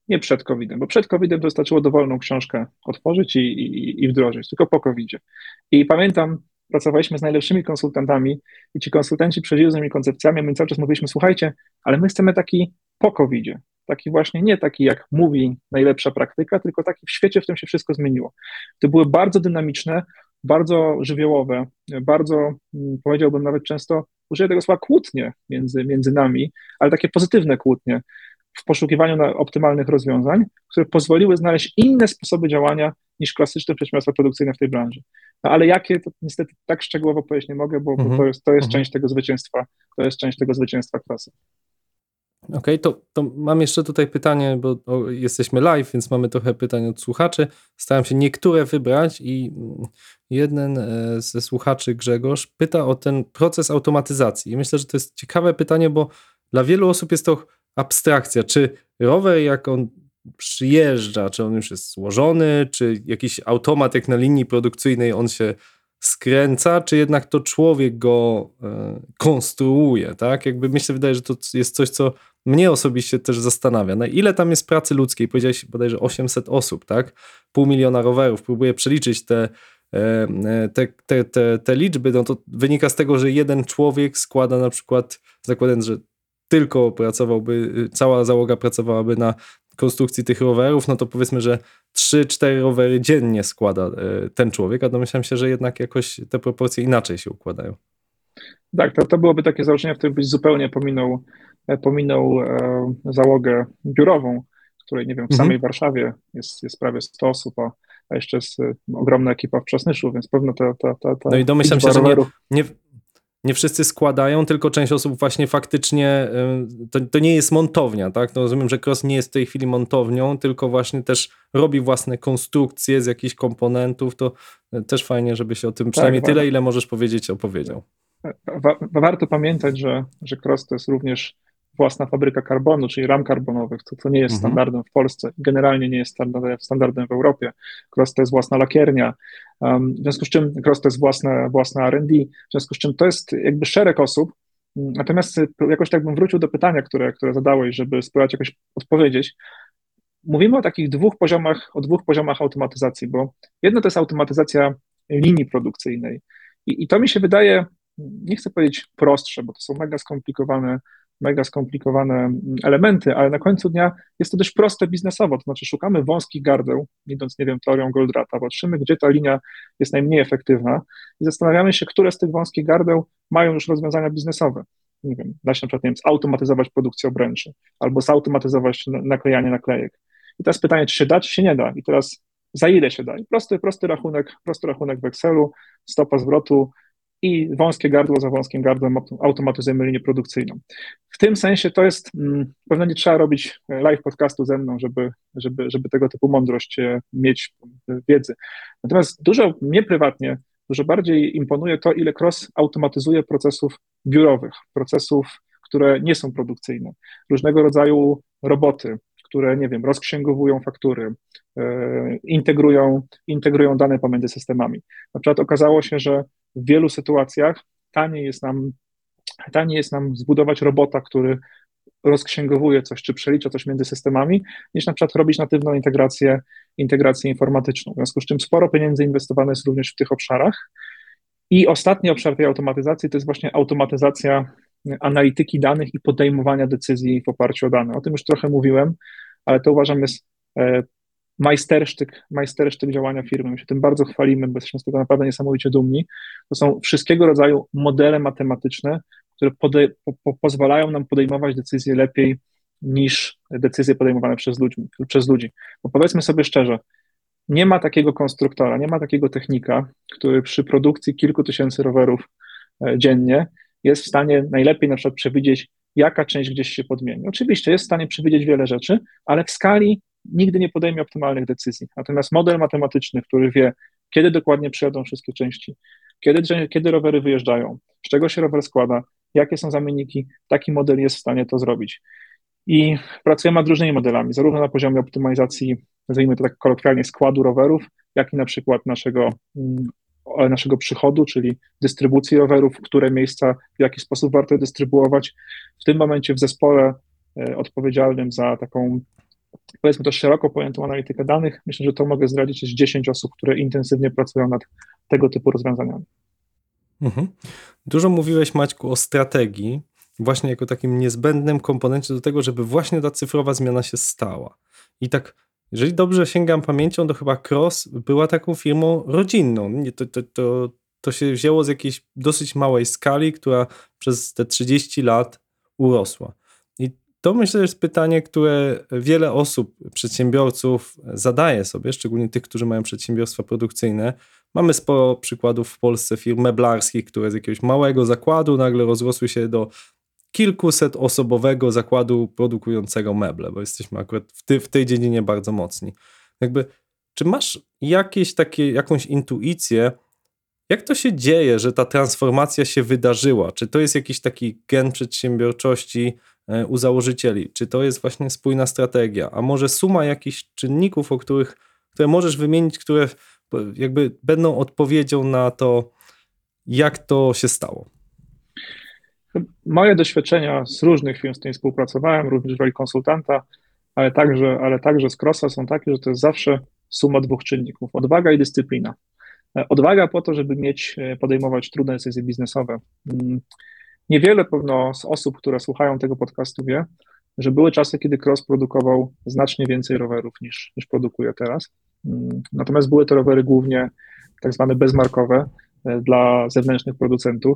nie przed COVID-em, bo przed COVID-em wystarczyło dowolną książkę otworzyć i wdrożyć, tylko po COVID-zie. I pamiętam, pracowaliśmy z najlepszymi konsultantami i ci konsultanci przychodzili z tymi koncepcjami, a my cały czas mówiliśmy, słuchajcie, ale my chcemy taki po COVID-zie, taki właśnie nie taki, jak mówi najlepsza praktyka, tylko taki w świecie, w którym się wszystko zmieniło. To były bardzo dynamiczne, bardzo żywiołowe, bardzo, powiedziałbym nawet często, użyję tego słowa, kłótnie między nami, ale takie pozytywne kłótnie w poszukiwaniu na optymalnych rozwiązań, które pozwoliły znaleźć inne sposoby działania niż klasyczne przedsiębiorstwa produkcyjne w tej branży. No ale jakie, to niestety tak szczegółowo powiedzieć nie mogę, bo to jest część tego zwycięstwa, to jest część tego zwycięstwa klasy. Okej, to mam jeszcze tutaj pytanie, bo jesteśmy live, więc mamy trochę pytań od słuchaczy. Starałem się niektóre wybrać i jeden ze słuchaczy, Grzegorz, pyta o ten proces automatyzacji. I myślę, że to jest ciekawe pytanie, bo dla wielu osób jest to abstrakcja. Czy rower, jak on przyjeżdża, czy on już jest złożony, czy jakiś automat jak na linii produkcyjnej, on się skręca, czy jednak to człowiek go konstruuje, tak? Jakby mi się wydaje, że to jest coś, co mnie osobiście też zastanawia. Na ile tam jest pracy ludzkiej? Powiedziałeś bodajże 800 osób, tak? 500 000 rowerów. Próbuję przeliczyć te liczby, no to wynika z tego, że jeden człowiek składa na przykład, zakładając, że tylko cała załoga pracowałaby na konstrukcji tych rowerów, no to powiedzmy, że 3-4 rowery dziennie składa ten człowiek, a domyślam się, że jednak jakoś te proporcje inaczej się układają. Tak, to byłoby takie założenie, w którym byś zupełnie pominął załogę biurową, której, nie wiem, w samej Warszawie jest prawie 100 osób, a jeszcze jest ogromna ekipa w Przasnyszu, więc pewno ta no i domyślam się, że rowerów... nie wszyscy składają, tylko część osób właśnie faktycznie, to nie jest montownia, tak? No rozumiem, że Cross nie jest w tej chwili montownią, tylko właśnie też robi własne konstrukcje z jakichś komponentów, to też fajnie, żeby się o tym przynajmniej tyle, ile możesz powiedzieć, opowiedział. Warto pamiętać, że Cross to jest również własna fabryka karbonu, czyli ram karbonowych, to nie jest standardem w Polsce, generalnie nie jest standardem w Europie. Cross to jest własna lakiernia, w związku z czym Cross to jest własne R&D, w związku z czym to jest jakby szereg osób. Natomiast jakoś tak bym wrócił do pytania, które zadałeś, żeby spróbować jakoś odpowiedzieć. Mówimy o takich dwóch poziomach automatyzacji, bo jedno to jest automatyzacja linii produkcyjnej i to mi się wydaje, nie chcę powiedzieć prostsze, bo to są mega skomplikowane elementy, ale na końcu dnia jest to dość proste biznesowo, to znaczy szukamy wąskich gardeł, idąc, nie wiem, teorią Goldrata, patrzymy, gdzie ta linia jest najmniej efektywna i zastanawiamy się, które z tych wąskich gardeł mają już rozwiązania biznesowe. Nie wiem, da się na przykład, nie wiem, zautomatyzować produkcję obręczy albo zautomatyzować naklejanie naklejek. I teraz pytanie, czy się da, czy się nie da. I teraz za ile się da? I prosty rachunek w Excelu, stopa zwrotu, i wąskie gardło za wąskim gardłem automatyzujemy linię produkcyjną. W tym sensie to jest, pewno nie trzeba robić live podcastu ze mną, żeby tego typu mądrość mieć wiedzy. Natomiast mnie prywatnie dużo bardziej imponuje to, ile Cross automatyzuje procesów biurowych, procesów, które nie są produkcyjne. Różnego rodzaju roboty, które, nie wiem, rozksięgowują faktury, integrują dane pomiędzy systemami. Na przykład okazało się, że w wielu sytuacjach taniej jest nam zbudować robota, który rozksięgowuje coś, czy przelicza coś między systemami, niż na przykład robić natywną integrację informatyczną. W związku z czym sporo pieniędzy inwestowane jest również w tych obszarach. I ostatni obszar tej automatyzacji to jest właśnie automatyzacja analityki danych i podejmowania decyzji w oparciu o dane. O tym już trochę mówiłem, ale to uważam jest majstersztyk działania firmy. My się tym bardzo chwalimy, bo jesteśmy z tego naprawdę niesamowicie dumni. To są wszystkiego rodzaju modele matematyczne, które pozwalają nam podejmować decyzje lepiej niż decyzje podejmowane przez ludzi. Bo powiedzmy sobie szczerze, nie ma takiego konstruktora, nie ma takiego technika, który przy produkcji kilku tysięcy rowerów dziennie jest w stanie najlepiej na przykład przewidzieć, jaka część gdzieś się podmieni. Oczywiście jest w stanie przewidzieć wiele rzeczy, ale w skali nigdy nie podejmie optymalnych decyzji. Natomiast model matematyczny, który wie, kiedy dokładnie przyjadą wszystkie części, kiedy rowery wyjeżdżają, z czego się rower składa, jakie są zamienniki, taki model jest w stanie to zrobić. I pracujemy nad różnymi modelami, zarówno na poziomie optymalizacji, nazwijmy to tak kolokwialnie, składu rowerów, jak i na przykład naszego przychodu, czyli dystrybucji rowerów, które miejsca, w jaki sposób warto je dystrybuować. W tym momencie w zespole odpowiedzialnym za taką powiedzmy to szeroko pojętą analitykę danych, myślę, że to mogę zdradzić, jest 10 osób, które intensywnie pracują nad tego typu rozwiązaniami. Mhm. Dużo mówiłeś, Maćku, o strategii, właśnie jako takim niezbędnym komponencie do tego, żeby właśnie ta cyfrowa zmiana się stała. I tak, jeżeli dobrze sięgam pamięcią, to chyba Cross była taką firmą rodzinną. To się wzięło z jakiejś dosyć małej skali, która przez te 30 lat urosła. I to myślę, że jest pytanie, które wiele osób, przedsiębiorców zadaje sobie, szczególnie tych, którzy mają przedsiębiorstwa produkcyjne. Mamy sporo przykładów w Polsce firm meblarskich, które z jakiegoś małego zakładu nagle rozrosły się do kilkuset osobowego zakładu produkującego meble, bo jesteśmy akurat w tej dziedzinie bardzo mocni. Jakby, czy masz jakąś intuicję, jak to się dzieje, że ta transformacja się wydarzyła? Czy to jest jakiś taki gen przedsiębiorczości u założycieli? Czy to jest właśnie spójna strategia? A może suma jakichś czynników, które możesz wymienić, które jakby będą odpowiedzią na to, jak to się stało? Moje doświadczenia z różnych firm, z którymi współpracowałem, również w roli konsultanta, ale także z Crossa są takie, że to jest zawsze suma dwóch czynników: odwaga i dyscyplina. Odwaga po to, żeby podejmować trudne decyzje biznesowe. Niewiele pewno z osób, które słuchają tego podcastu, wie, że były czasy, kiedy Cross produkował znacznie więcej rowerów niż produkuje teraz. Natomiast były to rowery głównie tak zwane bezmarkowe dla zewnętrznych producentów.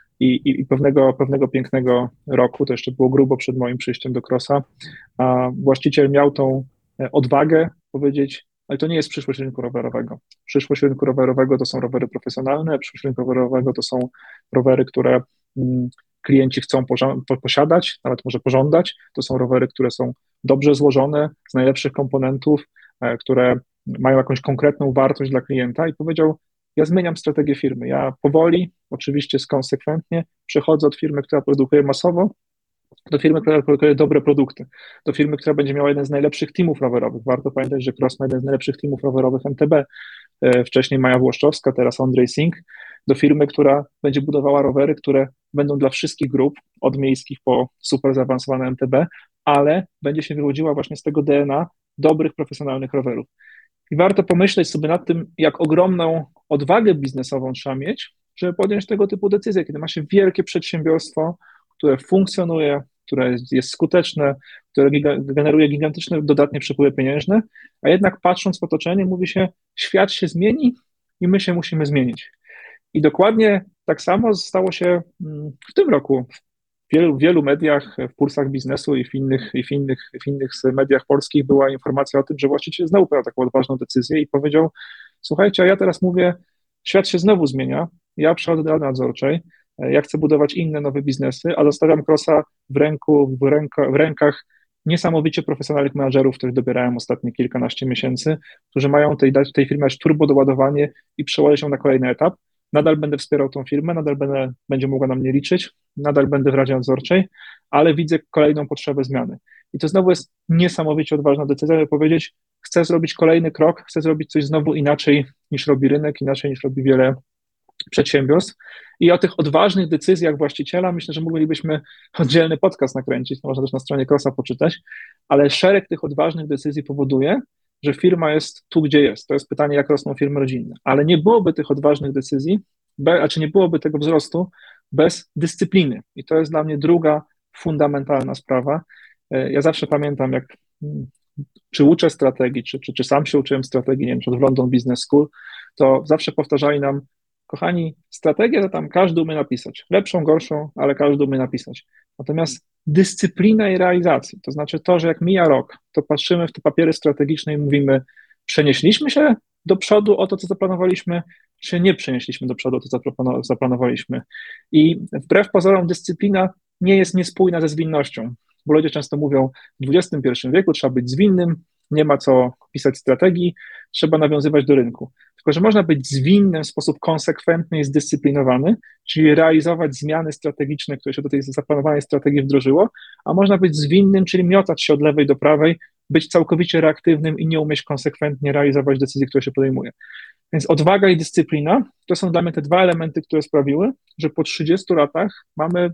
I pewnego pięknego roku, to jeszcze było grubo przed moim przyjściem do Crossa, a właściciel miał tą odwagę powiedzieć: ale to nie jest przyszłość rynku rowerowego. Przyszłość rynku rowerowego to są rowery profesjonalne, przyszłość rynku rowerowego to są rowery, które klienci chcą posiadać, nawet może pożądać. To są rowery, które są dobrze złożone, z najlepszych komponentów, które mają jakąś konkretną wartość dla klienta, i powiedział: ja zmieniam strategię firmy. Ja powoli, oczywiście konsekwentnie, przechodzę od firmy, która produkuje masowo, do firmy, która produkuje dobre produkty, do firmy, która będzie miała jeden z najlepszych teamów rowerowych. Warto pamiętać, że Cross ma jeden z najlepszych teamów rowerowych MTB. Wcześniej Maja Włoszczowska, teraz Andrzej Singh. Do firmy, która będzie budowała rowery, które będą dla wszystkich grup, od miejskich po super zaawansowane MTB, ale będzie się wywodziła właśnie z tego DNA dobrych, profesjonalnych rowerów. I warto pomyśleć sobie nad tym, jak ogromną odwagę biznesową trzeba mieć, żeby podjąć tego typu decyzje, kiedy ma się wielkie przedsiębiorstwo, które funkcjonuje, które jest skuteczne, które generuje gigantyczne dodatnie przepływy pieniężne, a jednak patrząc w otoczenie mówi się: świat się zmieni i my się musimy zmienić. I dokładnie tak samo stało się w tym roku. W wielu mediach, w Pulsach Biznesu i w innych mediach polskich była informacja o tym, że właściciel znowu podjął taką odważną decyzję i powiedział: słuchajcie, a ja teraz mówię, świat się znowu zmienia, ja przechodzę do rady nadzorczej, ja chcę budować inne nowe biznesy, a zostawiam Crossa w rękach niesamowicie profesjonalnych menadżerów, których dobierałem ostatnie kilkanaście miesięcy, którzy mają tej firmie dać turbo doładowanie i przełożyć ją na kolejny etap. Nadal będę wspierał tą firmę, nadal będzie mogła na mnie liczyć, nadal będę w radzie nadzorczej, ale widzę kolejną potrzebę zmiany. I to znowu jest niesamowicie odważna decyzja, żeby powiedzieć: chcę zrobić kolejny krok, chcę zrobić coś znowu inaczej niż robi rynek, inaczej niż robi wiele przedsiębiorstw. I o tych odważnych decyzjach właściciela myślę, że moglibyśmy oddzielny podcast nakręcić, to można też na stronie Crossa poczytać, ale szereg tych odważnych decyzji powoduje, że firma jest tu, gdzie jest. To jest pytanie, jak rosną firmy rodzinne. Ale nie byłoby tych odważnych decyzji, nie byłoby tego wzrostu bez dyscypliny. I to jest dla mnie druga fundamentalna sprawa. Ja zawsze pamiętam, czy uczę strategii, czy sam się uczyłem strategii, nie wiem, w London Business School, to zawsze powtarzali nam: kochani, strategię to tam każdy umie napisać. Lepszą, gorszą, ale każdy umie napisać. Natomiast dyscyplina i realizacja, to znaczy to, że jak mija rok, to patrzymy w te papiery strategiczne i mówimy: przenieśliśmy się do przodu o to, co zaplanowaliśmy, czy nie przenieśliśmy do przodu o to, co zaplanowaliśmy. I wbrew pozorom dyscyplina nie jest niespójna ze zwinnością, bo ludzie często mówią: w XXI wieku trzeba być zwinnym, nie ma co pisać strategii, trzeba nawiązywać do rynku. Tylko że można być zwinnym w sposób konsekwentny i zdyscyplinowany, czyli realizować zmiany strategiczne, które się do tej zaplanowanej strategii wdrożyło, a można być zwinnym, czyli miotać się od lewej do prawej, być całkowicie reaktywnym i nie umieć konsekwentnie realizować decyzji, które się podejmuje. Więc odwaga i dyscyplina to są dla mnie te dwa elementy, które sprawiły, że po 30 latach mamy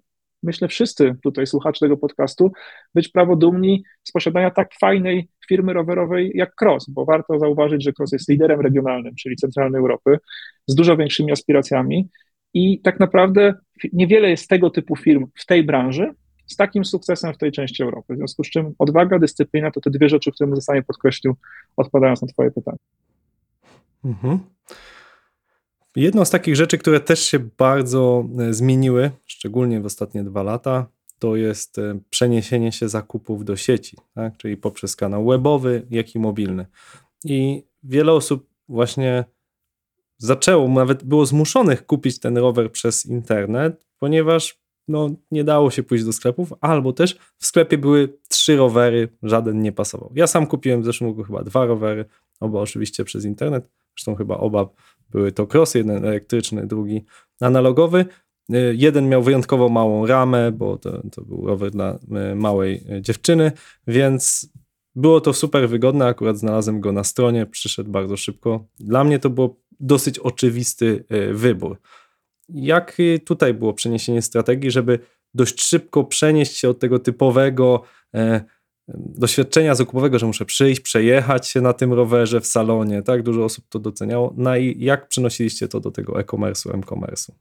myślę wszyscy tutaj słuchacze tego podcastu, być prawo dumni z posiadania tak fajnej firmy rowerowej jak Cross, bo warto zauważyć, że Cross jest liderem regionalnym, czyli centralnej Europy, z dużo większymi aspiracjami i tak naprawdę niewiele jest tego typu firm w tej branży z takim sukcesem w tej części Europy. W związku z czym odwaga, dyscyplina to te dwie rzeczy, które zostanie podkreślił, odpowiadając na twoje pytanie. Mhm. Jedną z takich rzeczy, które też się bardzo zmieniły, szczególnie w ostatnie 2 lata, to jest przeniesienie się zakupów do sieci, tak? Czyli poprzez kanał webowy, jak i mobilny. I wiele osób właśnie zaczęło, nawet było zmuszonych kupić ten rower przez internet, ponieważ nie dało się pójść do sklepów, albo też w sklepie były 3 rowery, żaden nie pasował. Ja sam kupiłem w zeszłym roku chyba 2 rowery, oba oczywiście przez internet, zresztą chyba oba były to crossy, jeden elektryczny, drugi analogowy. Jeden miał wyjątkowo małą ramę, bo to był rower dla małej dziewczyny, więc było to super wygodne, akurat znalazłem go na stronie, przyszedł bardzo szybko. Dla mnie to było dosyć oczywisty wybór. Jak tutaj było przeniesienie strategii, żeby dość szybko przenieść się od tego typowego doświadczenia zakupowego, że muszę przyjść, przejechać się na tym rowerze w salonie, tak? Dużo osób to doceniało. No i jak przenosiliście to do tego e-commerce'u, m-commerce'u?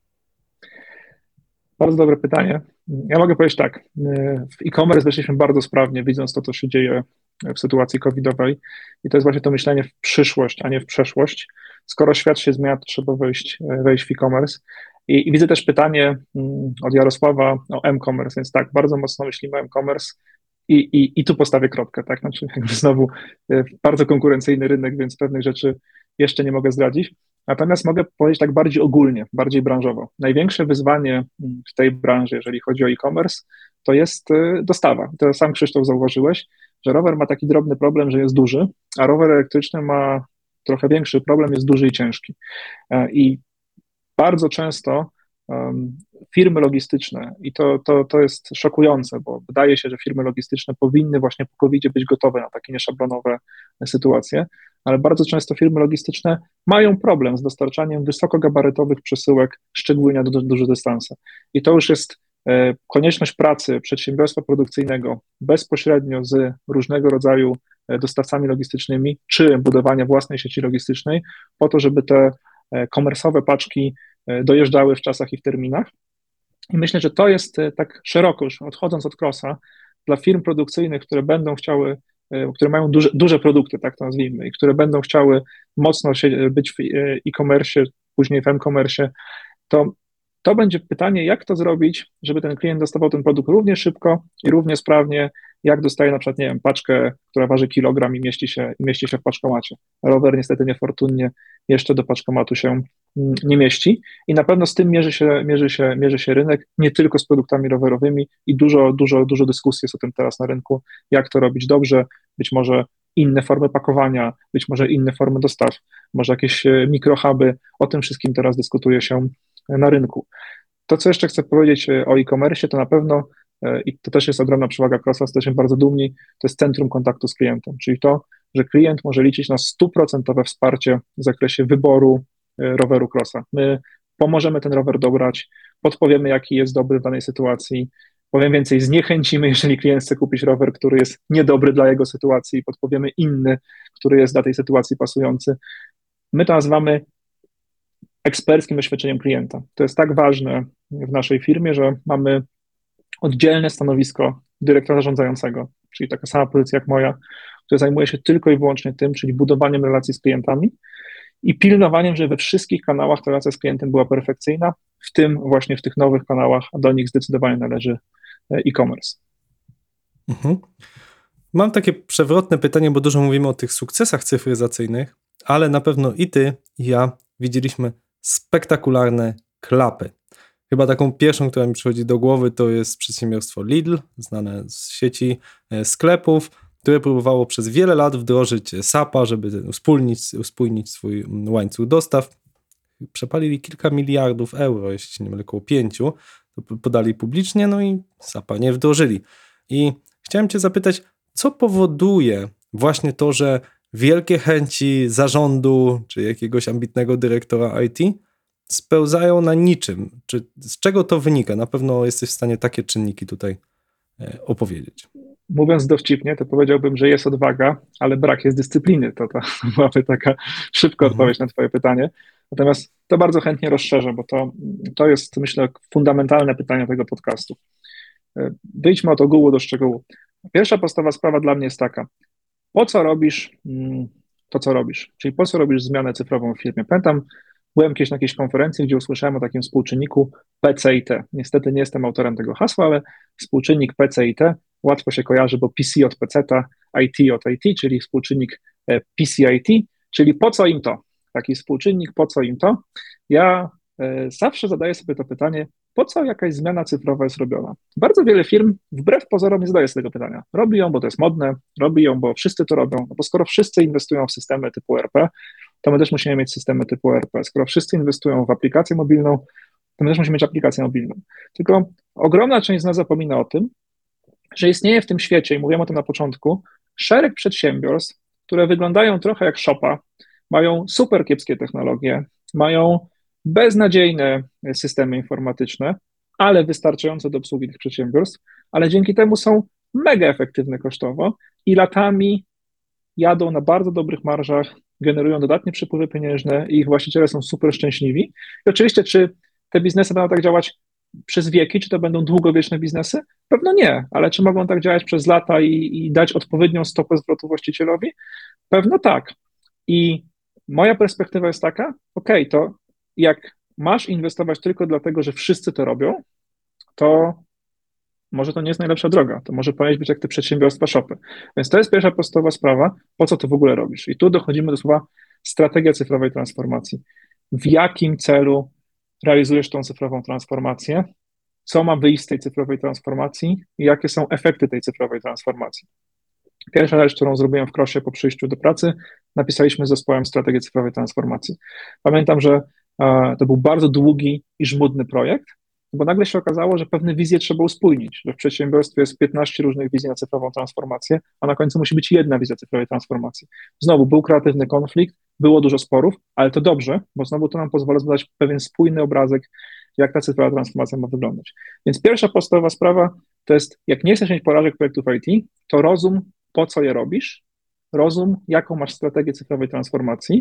Bardzo dobre pytanie. Ja mogę powiedzieć tak, w e-commerce weszliśmy bardzo sprawnie, widząc to, co się dzieje w sytuacji covidowej i to jest właśnie to myślenie w przyszłość, a nie w przeszłość. Skoro świat się zmienia, to trzeba wejść w e-commerce. I widzę też pytanie od Jarosława o m-commerce, więc tak, bardzo mocno myślimy o m-commerce i tu postawię kropkę, tak, znaczy jakby znowu bardzo konkurencyjny rynek, więc pewnych rzeczy jeszcze nie mogę zdradzić. Natomiast mogę powiedzieć tak bardziej ogólnie, bardziej branżowo. Największe wyzwanie w tej branży, jeżeli chodzi o e-commerce, to jest dostawa. To sam Krzysztof zauważyłeś, że rower ma taki drobny problem, że jest duży, a rower elektryczny ma trochę większy problem, jest duży i ciężki. I bardzo często firmy logistyczne, i to jest szokujące, bo wydaje się, że firmy logistyczne powinny właśnie po COVID-zie być gotowe na takie nieszablonowe sytuacje, ale bardzo często firmy logistyczne mają problem z dostarczaniem wysokogabarytowych przesyłek, szczególnie na duże dystanse. I to już jest konieczność pracy przedsiębiorstwa produkcyjnego bezpośrednio z różnego rodzaju dostawcami logistycznymi, czy budowania własnej sieci logistycznej, po to, żeby te komersowe paczki dojeżdżały w czasach i w terminach. I myślę, że to jest tak szeroko już, odchodząc od Crossa, dla firm produkcyjnych, które będą chciały, które mają duże produkty, tak to nazwijmy, i które będą chciały mocno być w e-commerce, później w m-commerce, to będzie pytanie, jak to zrobić, żeby ten klient dostawał ten produkt równie szybko i równie sprawnie, jak dostaje na przykład, nie wiem, paczkę, która waży kilogram i mieści się w paczkomacie. Rower niestety niefortunnie jeszcze do paczkomatu się nie mieści i na pewno z tym mierzy się rynek, nie tylko z produktami rowerowymi i dużo dyskusji jest o tym teraz na rynku, jak to robić dobrze, być może inne formy pakowania, być może inne formy dostaw, może jakieś mikrohuby, o tym wszystkim teraz dyskutuje się na rynku. To, co jeszcze chcę powiedzieć o e-commerce, to na pewno, i to też jest ogromna przewaga Crossa, jesteśmy bardzo dumni, to jest centrum kontaktu z klientem, czyli to, że klient może liczyć na 100% wsparcie w zakresie wyboru roweru Crossa. My pomożemy ten rower dobrać, podpowiemy, jaki jest dobry w danej sytuacji, powiem więcej, zniechęcimy, jeżeli klient chce kupić rower, który jest niedobry dla jego sytuacji, podpowiemy inny, który jest dla tej sytuacji pasujący. My to nazywamy eksperckim doświadczeniem klienta. To jest tak ważne w naszej firmie, że mamy oddzielne stanowisko dyrektora zarządzającego, czyli taka sama pozycja jak moja, która zajmuje się tylko i wyłącznie tym, czyli budowaniem relacji z klientami i pilnowaniem, żeby we wszystkich kanałach ta relacja z klientem była perfekcyjna, w tym właśnie w tych nowych kanałach, a do nich zdecydowanie należy e-commerce. Mhm. Mam takie przewrotne pytanie, bo dużo mówimy o tych sukcesach cyfryzacyjnych, ale na pewno i ty, i ja widzieliśmy spektakularne klapy. Chyba taką pierwszą, która mi przychodzi do głowy, to jest przedsiębiorstwo Lidl, znane z sieci sklepów, które próbowało przez wiele lat wdrożyć SAP-a, żeby uspójnić swój łańcuch dostaw. Przepalili kilka miliardów euro, jeśli nie mylę, około 5, to podali publicznie, no i SAP-a nie wdrożyli. I chciałem cię zapytać, co powoduje właśnie to, że wielkie chęci zarządu czy jakiegoś ambitnego dyrektora IT spełzają na niczym. Z czego to wynika? Na pewno jesteś w stanie takie czynniki tutaj opowiedzieć. Mówiąc dowcipnie, to powiedziałbym, że jest odwaga, ale brak jest dyscypliny. To byłaby taka szybka odpowiedź na twoje pytanie. Natomiast to bardzo chętnie rozszerzę, bo to jest, myślę, fundamentalne pytanie tego podcastu. Wyjdźmy od ogółu do szczegółu. Pierwsza podstawowa sprawa dla mnie jest taka. Po co robisz to, co robisz? Czyli po co robisz zmianę cyfrową w firmie? Pamiętam, byłem kiedyś na jakiejś konferencji, gdzie usłyszałem o takim współczynniku PCIT. Niestety nie jestem autorem tego hasła, ale współczynnik PCIT łatwo się kojarzy, bo PC od PC-ta, IT od IT, czyli współczynnik PCIT, czyli po co im to? Taki współczynnik, po co im to? Ja zawsze zadaję sobie to pytanie, po co jakaś zmiana cyfrowa jest robiona? Bardzo wiele firm wbrew pozorom nie zadaje sobie tego pytania. Robi ją, bo to jest modne, robi ją, bo wszyscy to robią, no bo skoro wszyscy inwestują w systemy typu ERP, to my też musimy mieć systemy typu ERP. Skoro wszyscy inwestują w aplikację mobilną, to my też musimy mieć aplikację mobilną. Tylko ogromna część z nas zapomina o tym, że istnieje w tym świecie, i mówiłem o tym na początku, szereg przedsiębiorstw, które wyglądają trochę jak Shopa, mają super kiepskie technologie, mają beznadziejne systemy informatyczne, ale wystarczające do obsługi tych przedsiębiorstw, ale dzięki temu są mega efektywne kosztowo i latami jadą na bardzo dobrych marżach, generują dodatnie przepływy pieniężne i ich właściciele są super szczęśliwi. I oczywiście, czy te biznesy będą tak działać przez wieki, czy to będą długowieczne biznesy? Pewno nie, ale czy mogą tak działać przez lata i dać odpowiednią stopę zwrotu właścicielowi? Pewno tak. I moja perspektywa jest taka, to jak masz inwestować tylko dlatego, że wszyscy to robią, to może to nie jest najlepsza droga, to może powinien być jak te przedsiębiorstwa Shopy. Więc to jest pierwsza podstawowa sprawa, po co to w ogóle robisz? I tu dochodzimy do słowa strategia cyfrowej transformacji. W jakim celu realizujesz tą cyfrową transformację? Co ma wyjść z tej cyfrowej transformacji i jakie są efekty tej cyfrowej transformacji? Pierwsza rzecz, którą zrobiłem w Crossie po przyjściu do pracy, napisaliśmy z zespołem strategię cyfrowej transformacji. Pamiętam, że to był bardzo długi i żmudny projekt, bo nagle się okazało, że pewne wizje trzeba uspójnić, że w przedsiębiorstwie jest 15 różnych wizji na cyfrową transformację, a na końcu musi być jedna wizja cyfrowej transformacji. Znowu był kreatywny konflikt, było dużo sporów, ale to dobrze, bo znowu to nam pozwala zbudować pewien spójny obrazek, jak ta cyfrowa transformacja ma wyglądać. Więc pierwsza podstawowa sprawa to jest, jak nie chcesz mieć porażek projektów IT, to rozum, po co je robisz, rozum, jaką masz strategię cyfrowej transformacji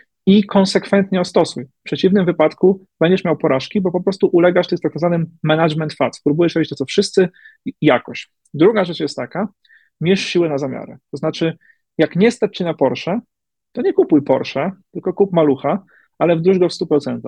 i konsekwentnie ją stosuj. W przeciwnym wypadku będziesz miał porażki, bo po prostu ulegasz tak zwanym management fat. Próbujesz robić to, co wszyscy, jakoś. Druga rzecz jest taka, mierz siłę na zamiary. To znaczy, jak nie stać cię na Porsche, to nie kupuj Porsche, tylko kup malucha, ale wdróż go w 100%.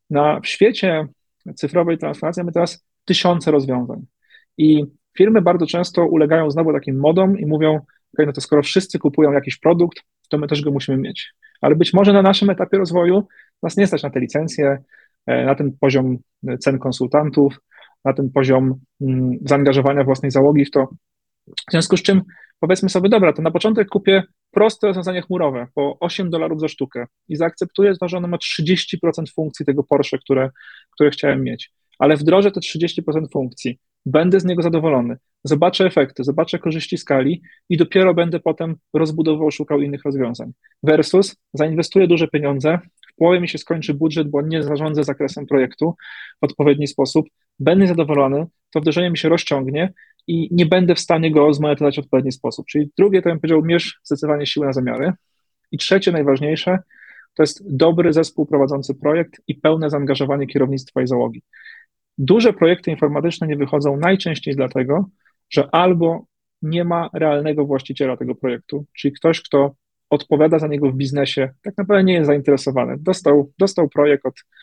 W świecie cyfrowej transformacji mamy teraz tysiące rozwiązań i firmy bardzo często ulegają znowu takim modom i mówią, no to skoro wszyscy kupują jakiś produkt, to my też go musimy mieć. Ale być może na naszym etapie rozwoju nas nie stać na te licencje, na ten poziom cen konsultantów, na ten poziom zaangażowania własnej załogi w to. W związku z czym powiedzmy sobie, dobra, to na początek kupię proste rozwiązanie chmurowe po $8 za sztukę i zaakceptuję, że ono ma 30% funkcji tego Porsche, które chciałem mieć, ale wdrożę te 30% funkcji, będę z niego zadowolony, zobaczę efekty, zobaczę korzyści skali i dopiero będę potem rozbudował, szukał innych rozwiązań. Versus zainwestuję duże pieniądze, w połowie mi się skończy budżet, bo nie zarządzę zakresem projektu w odpowiedni sposób, będę zadowolony, to wdrożenie mi się rozciągnie i nie będę w stanie go zmonetyzować w odpowiedni sposób. Czyli drugie, to bym powiedział, mierz zdecydowanie siły na zamiary. I trzecie, najważniejsze, to jest dobry zespół prowadzący projekt i pełne zaangażowanie kierownictwa i załogi. Duże projekty informatyczne nie wychodzą najczęściej dlatego, że albo nie ma realnego właściciela tego projektu, czyli ktoś, kto odpowiada za niego w biznesie, tak naprawdę nie jest zainteresowany. Dostał projekt,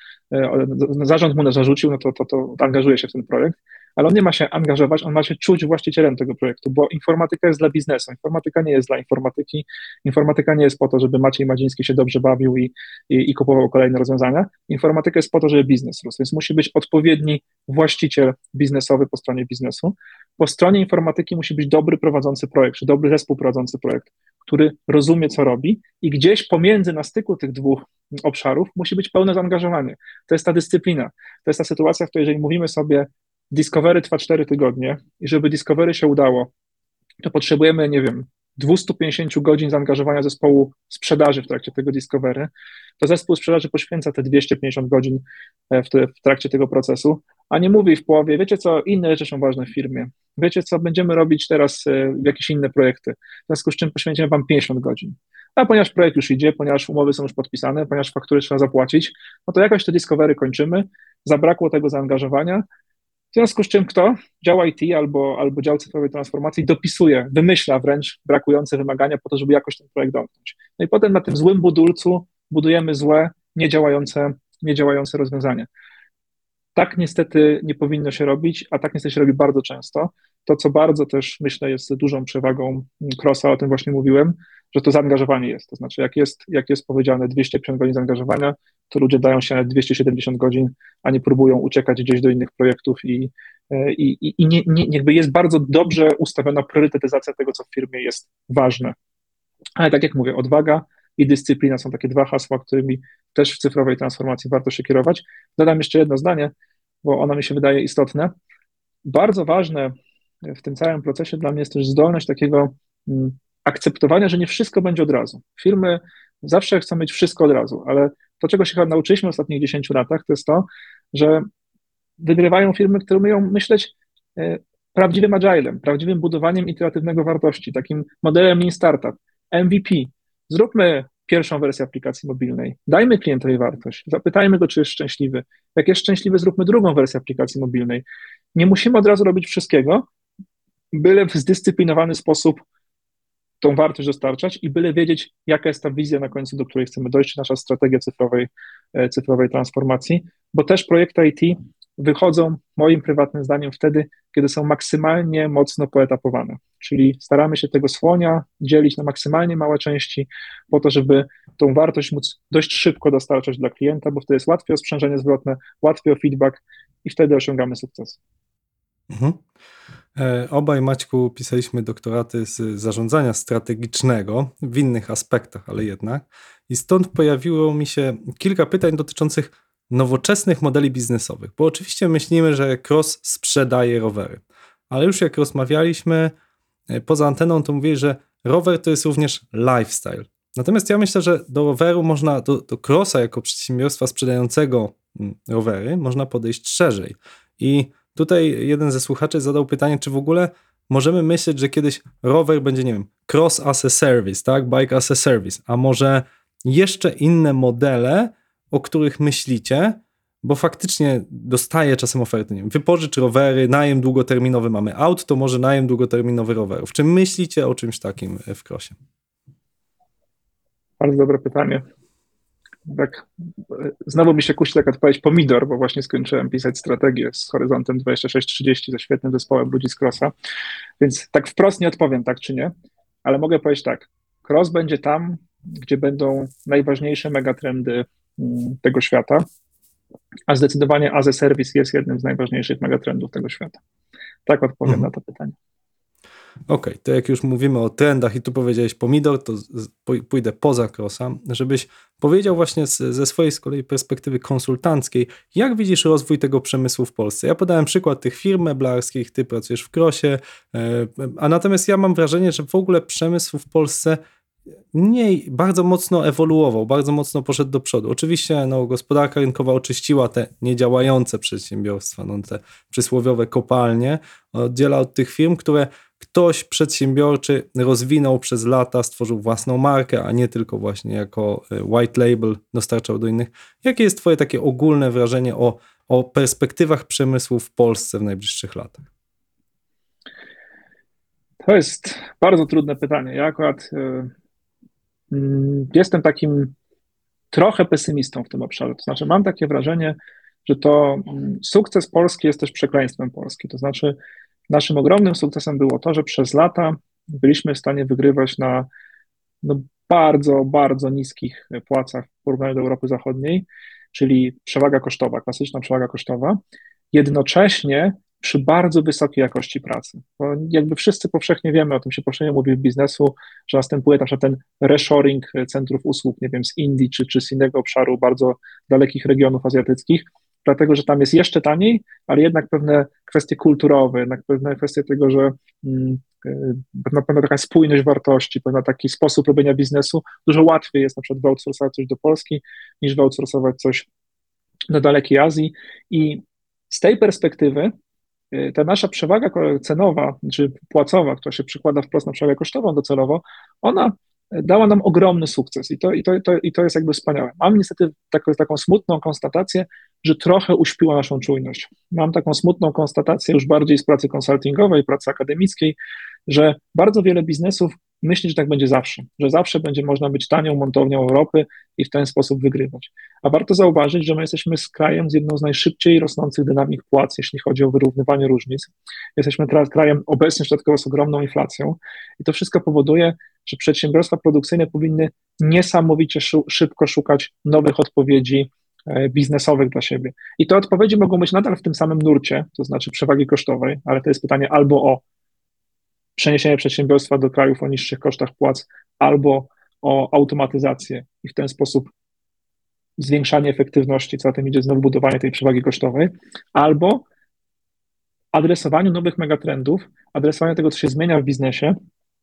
zarząd mu zarzucił, no to angażuje się w ten projekt, ale on nie ma się angażować, on ma się czuć właścicielem tego projektu, bo informatyka jest dla biznesu, informatyka nie jest dla informatyki, informatyka nie jest po to, żeby Maciej Madziński się dobrze bawił i kupował kolejne rozwiązania, informatyka jest po to, żeby biznes rósł, więc musi być odpowiedni właściciel biznesowy po stronie biznesu. Po stronie informatyki musi być dobry prowadzący projekt, czy dobry zespół prowadzący projekt, który rozumie, co robi i gdzieś pomiędzy, na styku tych dwóch obszarów musi być pełne zaangażowanie. To jest ta dyscyplina, to jest ta sytuacja, w której jeżeli mówimy sobie Discovery trwa 4 tygodnie i żeby Discovery się udało, to potrzebujemy, nie wiem, 250 godzin zaangażowania zespołu sprzedaży w trakcie tego discovery, to zespół sprzedaży poświęca te 250 godzin w trakcie tego procesu, a nie mówi w połowie, wiecie co, inne rzeczy są ważne w firmie, wiecie co, będziemy robić teraz jakieś inne projekty, w związku z czym poświęcimy wam 50 godzin. A ponieważ projekt już idzie, ponieważ umowy są już podpisane, ponieważ faktury trzeba zapłacić, no to jakoś te discovery kończymy, zabrakło tego zaangażowania, w związku z czym kto? Dział IT albo dział cyfrowej transformacji dopisuje, wymyśla wręcz brakujące wymagania po to, żeby jakoś ten projekt domknąć. No i potem na tym złym budulcu budujemy złe, niedziałające rozwiązania. Tak niestety nie powinno się robić, a tak niestety się robi bardzo często. To, co bardzo też myślę jest dużą przewagą Crossa, o tym właśnie mówiłem, że to zaangażowanie jest. To znaczy, jak jest powiedziane 250 godzin zaangażowania, to ludzie dają się na 270 godzin, a nie próbują uciekać gdzieś do innych projektów i jakby jest bardzo dobrze ustawiona priorytetyzacja tego, co w firmie jest ważne. Ale tak jak mówię, odwaga i dyscyplina są takie dwa hasła, którymi też w cyfrowej transformacji warto się kierować. Dodam jeszcze jedno zdanie, bo ono mi się wydaje istotne. Bardzo ważne w tym całym procesie dla mnie jest też zdolność takiego akceptowania, że nie wszystko będzie od razu. Firmy zawsze chcą mieć wszystko od razu, ale to, czego się chyba nauczyliśmy w ostatnich 10 latach, to jest to, że wygrywają firmy, które umieją myśleć prawdziwym agilem, prawdziwym budowaniem iteratywnego wartości, takim modelem Lean Startup, MVP. Zróbmy pierwszą wersję aplikacji mobilnej, dajmy klientowi wartość, zapytajmy go, czy jest szczęśliwy. Jak jest szczęśliwy, zróbmy drugą wersję aplikacji mobilnej. Nie musimy od razu robić wszystkiego, byle w zdyscyplinowany sposób tą wartość dostarczać i byle wiedzieć, jaka jest ta wizja na końcu, do której chcemy dojść, nasza strategia cyfrowej transformacji, bo też projekty IT wychodzą moim prywatnym zdaniem wtedy, kiedy są maksymalnie mocno poetapowane, czyli staramy się tego słonia dzielić na maksymalnie małe części po to, żeby tą wartość móc dość szybko dostarczać dla klienta, bo wtedy jest łatwiej o sprzężenie zwrotne, łatwiej o feedback i wtedy osiągamy sukces. Mhm. Obaj, Maćku, pisaliśmy doktoraty z zarządzania strategicznego w innych aspektach, ale jednak. I stąd pojawiło mi się kilka pytań dotyczących nowoczesnych modeli biznesowych, bo oczywiście myślimy, że Cross sprzedaje rowery, ale już jak rozmawialiśmy poza anteną, to mówili, że rower to jest również lifestyle. Natomiast ja myślę, że do roweru można, do Crossa jako przedsiębiorstwa sprzedającego rowery można podejść szerzej. I tutaj jeden ze słuchaczy zadał pytanie, czy w ogóle możemy myśleć, że kiedyś rower będzie, nie wiem, cross as a service, tak? Bike as a service, a może jeszcze inne modele, o których myślicie, bo faktycznie dostaję czasem oferty, nie wiem, wypożycz rowery, najem długoterminowy mamy aut, to może najem długoterminowy rowerów. Czy myślicie o czymś takim w Crossie? Bardzo dobre pytanie. Tak, znowu mi się kusi taka odpowiedź pomidor, bo właśnie skończyłem pisać strategię z horyzontem 26-30 ze świetnym zespołem ludzi z Crossa, więc tak wprost nie odpowiem tak czy nie, ale mogę powiedzieć tak, Cross będzie tam, gdzie będą najważniejsze megatrendy tego świata, a zdecydowanie as a service jest jednym z najważniejszych megatrendów tego świata. Tak odpowiem na to pytanie. Okej, to jak już mówimy o trendach i tu powiedziałeś pomidor, to pójdę poza Crossa, żebyś powiedział właśnie ze swojej z kolei perspektywy konsultanckiej, jak widzisz rozwój tego przemysłu w Polsce. Ja podałem przykład tych firm meblarskich, ty pracujesz w Crossie, a natomiast ja mam wrażenie, że w ogóle przemysł w Polsce bardzo mocno ewoluował, bardzo mocno poszedł do przodu. Oczywiście gospodarka rynkowa oczyściła te niedziałające przedsiębiorstwa, te przysłowiowe kopalnie, oddziela od tych firm, które ktoś przedsiębiorczy rozwinął przez lata, stworzył własną markę, a nie tylko właśnie jako white label dostarczał do innych. Jakie jest twoje takie ogólne wrażenie o perspektywach przemysłu w Polsce w najbliższych latach? To jest bardzo trudne pytanie. Ja akurat jestem takim trochę pesymistą w tym obszarze. To znaczy mam takie wrażenie, że to sukces Polski jest też przekleństwem Polski. To znaczy naszym ogromnym sukcesem było to, że przez lata byliśmy w stanie wygrywać na bardzo, bardzo niskich płacach w porównaniu do Europy Zachodniej, czyli przewaga kosztowa, klasyczna przewaga kosztowa, jednocześnie przy bardzo wysokiej jakości pracy. Bo jakby wszyscy powszechnie wiemy, o tym się powszechnie mówi w biznesu, że następuje na przykład ten reshoring centrów usług, nie wiem, z Indii czy z innego obszaru bardzo dalekich regionów azjatyckich, dlatego że tam jest jeszcze taniej, ale jednak pewne kwestie kulturowe, jednak pewne kwestie tego, że pewna taka spójność wartości, pewna taki sposób robienia biznesu. Dużo łatwiej jest na przykład wyoutsourcować coś do Polski, niż wyoutsourcować coś do dalekiej Azji. I z tej perspektywy ta nasza przewaga cenowa, czy płacowa, która się przekłada wprost na przewagę kosztową docelowo, ona dała nam ogromny sukces i to jest jakby wspaniałe. Mam niestety taką smutną konstatację, że trochę uśpiła naszą czujność. Mam taką smutną konstatację już bardziej z pracy konsultingowej, pracy akademickiej, że bardzo wiele biznesów myśli, że tak będzie zawsze, że zawsze będzie można być tanią montownią Europy i w ten sposób wygrywać. A warto zauważyć, że my jesteśmy z krajem z jedną z najszybciej rosnących dynamik płac, jeśli chodzi o wyrównywanie różnic. Jesteśmy teraz krajem obecnie dodatkowo z ogromną inflacją i to wszystko powoduje, że przedsiębiorstwa produkcyjne powinny niesamowicie szybko szukać nowych odpowiedzi biznesowych dla siebie. I te odpowiedzi mogą być nadal w tym samym nurcie, to znaczy przewagi kosztowej, ale to jest pytanie albo o przeniesienie przedsiębiorstwa do krajów o niższych kosztach płac, albo o automatyzację i w ten sposób zwiększanie efektywności, co za tym idzie znowu budowanie tej przewagi kosztowej, albo adresowaniu nowych megatrendów, adresowaniu tego, co się zmienia w biznesie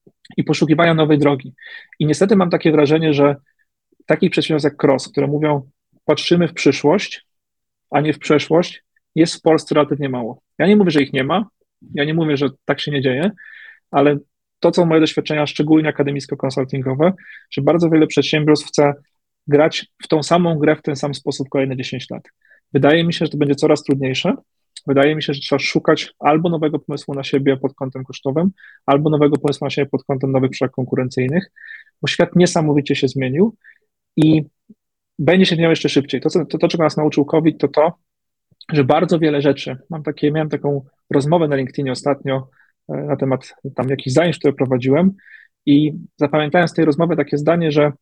i poszukiwania nowej drogi. I niestety mam takie wrażenie, że takich przedsiębiorstw jak Cross, które mówią, patrzymy w przyszłość, a nie w przeszłość, jest w Polsce relatywnie mało. Ja nie mówię, że ich nie ma, ja nie mówię, że tak się nie dzieje, ale to, co moje doświadczenia, szczególnie akademicko-konsultingowe, że bardzo wiele przedsiębiorstw chce grać w tą samą grę w ten sam sposób kolejne 10 lat. Wydaje mi się, że to będzie coraz trudniejsze. Wydaje mi się, że trzeba szukać albo nowego pomysłu na siebie pod kątem kosztowym, albo nowego pomysłu na siebie pod kątem nowych przewag konkurencyjnych, bo świat niesamowicie się zmienił i będzie się zmieniał jeszcze szybciej. To, czego nas nauczył COVID, to, że bardzo wiele rzeczy, miałem taką rozmowę na LinkedInie ostatnio na temat tam jakichś zajęć, które prowadziłem i zapamiętałem z tej rozmowy takie zdanie, że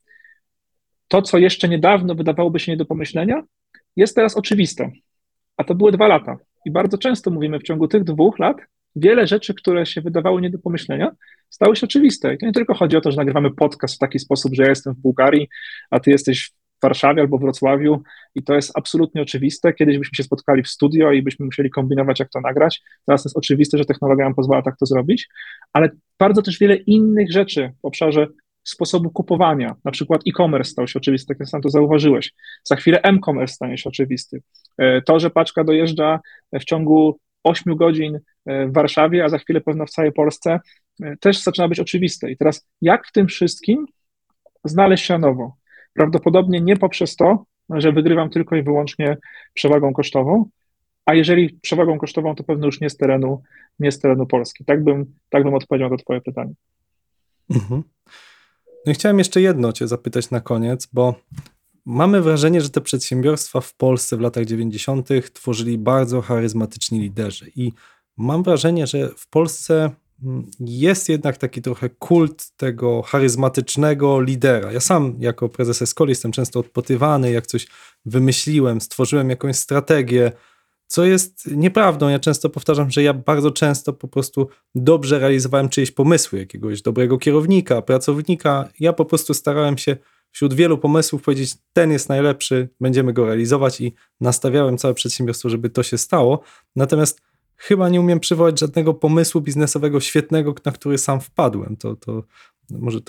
to, co jeszcze niedawno wydawałoby się nie do pomyślenia, jest teraz oczywiste, a to były 2 lata. I bardzo często mówimy w ciągu tych 2 lat, wiele rzeczy, które się wydawały nie do pomyślenia, stały się oczywiste. I to nie tylko chodzi o to, że nagrywamy podcast w taki sposób, że ja jestem w Bułgarii, a ty jesteś w Warszawie albo w Wrocławiu i to jest absolutnie oczywiste. Kiedyś byśmy się spotkali w studio i byśmy musieli kombinować, jak to nagrać. Teraz jest oczywiste, że technologia nam pozwala tak to zrobić, ale bardzo też wiele innych rzeczy w obszarze sposobu kupowania, na przykład e-commerce stał się oczywisty, tak jak sam to zauważyłeś. Za chwilę m-commerce stanie się oczywisty. To, że paczka dojeżdża w ciągu 8 godzin w Warszawie, a za chwilę pewno w całej Polsce, też zaczyna być oczywiste. I teraz jak w tym wszystkim znaleźć się na nowo? Prawdopodobnie nie poprzez to, że wygrywam tylko i wyłącznie przewagą kosztową, a jeżeli przewagą kosztową, to pewno już nie z terenu Polski. Tak bym odpowiedział na to twoje pytanie. Mhm. No i chciałem jeszcze jedno cię zapytać na koniec, bo mamy wrażenie, że te przedsiębiorstwa w Polsce w latach 90. tworzyli bardzo charyzmatyczni liderzy i mam wrażenie, że w Polsce jest jednak taki trochę kult tego charyzmatycznego lidera. Ja sam jako prezes Escoli jestem często odpytywany, jak coś wymyśliłem, stworzyłem jakąś strategię, co jest nieprawdą. Ja często powtarzam, że ja bardzo często po prostu dobrze realizowałem czyjeś pomysły, jakiegoś dobrego kierownika, pracownika. Ja po prostu starałem się wśród wielu pomysłów powiedzieć, ten jest najlepszy, będziemy go realizować i nastawiałem całe przedsiębiorstwo, żeby to się stało. Natomiast chyba nie umiem przywołać żadnego pomysłu biznesowego świetnego, na który sam wpadłem. To może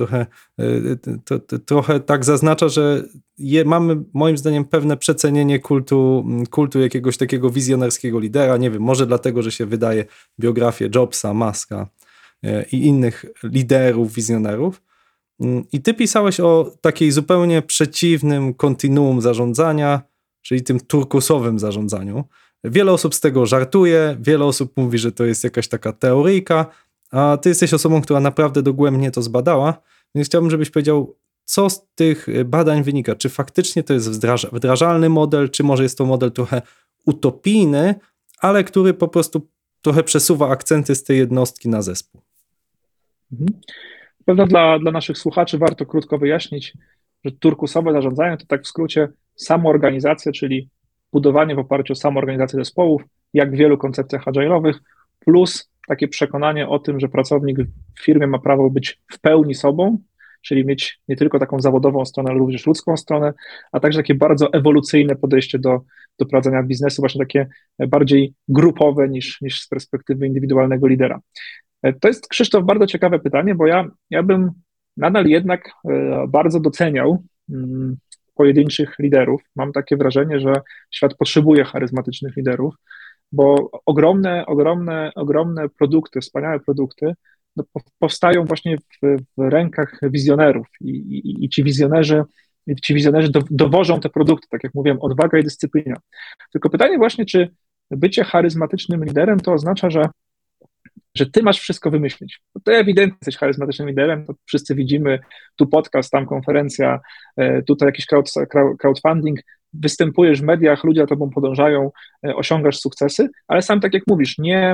trochę tak zaznacza, że mamy moim zdaniem pewne przecenienie kultu jakiegoś takiego wizjonerskiego lidera. Nie wiem, może dlatego, że się wydaje biografię Jobsa, Muska i innych liderów, wizjonerów. I ty pisałeś o takiej zupełnie przeciwnym kontinuum zarządzania, czyli tym turkusowym zarządzaniu. Wiele osób z tego żartuje, wiele osób mówi, że to jest jakaś taka teoryjka, a ty jesteś osobą, która naprawdę dogłębnie to zbadała, więc chciałbym, żebyś powiedział, co z tych badań wynika. Czy faktycznie to jest wdrażalny model, czy może jest to model trochę utopijny, ale który po prostu trochę przesuwa akcenty z tej jednostki na zespół. Pewno dla naszych słuchaczy warto krótko wyjaśnić, że turkusowe zarządzanie to tak w skrócie samoorganizacja, czyli budowanie w oparciu o samoorganizację zespołów, jak w wielu koncepcjach agile'owych, plus takie przekonanie o tym, że pracownik w firmie ma prawo być w pełni sobą, czyli mieć nie tylko taką zawodową stronę, ale również ludzką stronę, a także takie bardzo ewolucyjne podejście do prowadzenia biznesu, właśnie takie bardziej grupowe niż z perspektywy indywidualnego lidera. To jest, Krzysztof, bardzo ciekawe pytanie, bo ja bym nadal jednak bardzo doceniał pojedynczych liderów. Mam takie wrażenie, że świat potrzebuje charyzmatycznych liderów, bo ogromne produkty, wspaniałe produkty no, powstają właśnie w rękach wizjonerów i ci wizjonerzy dowożą te produkty, tak jak mówiłem, odwaga i dyscyplina. Tylko pytanie właśnie, czy bycie charyzmatycznym liderem to oznacza, że ty masz wszystko wymyślić. Bo to ewidentnie jesteś charyzmatycznym liderem, to wszyscy widzimy, tu podcast, tam konferencja, tutaj jakiś crowdfunding, występujesz w mediach, ludzie za tobą podążają, osiągasz sukcesy, ale sam tak jak mówisz,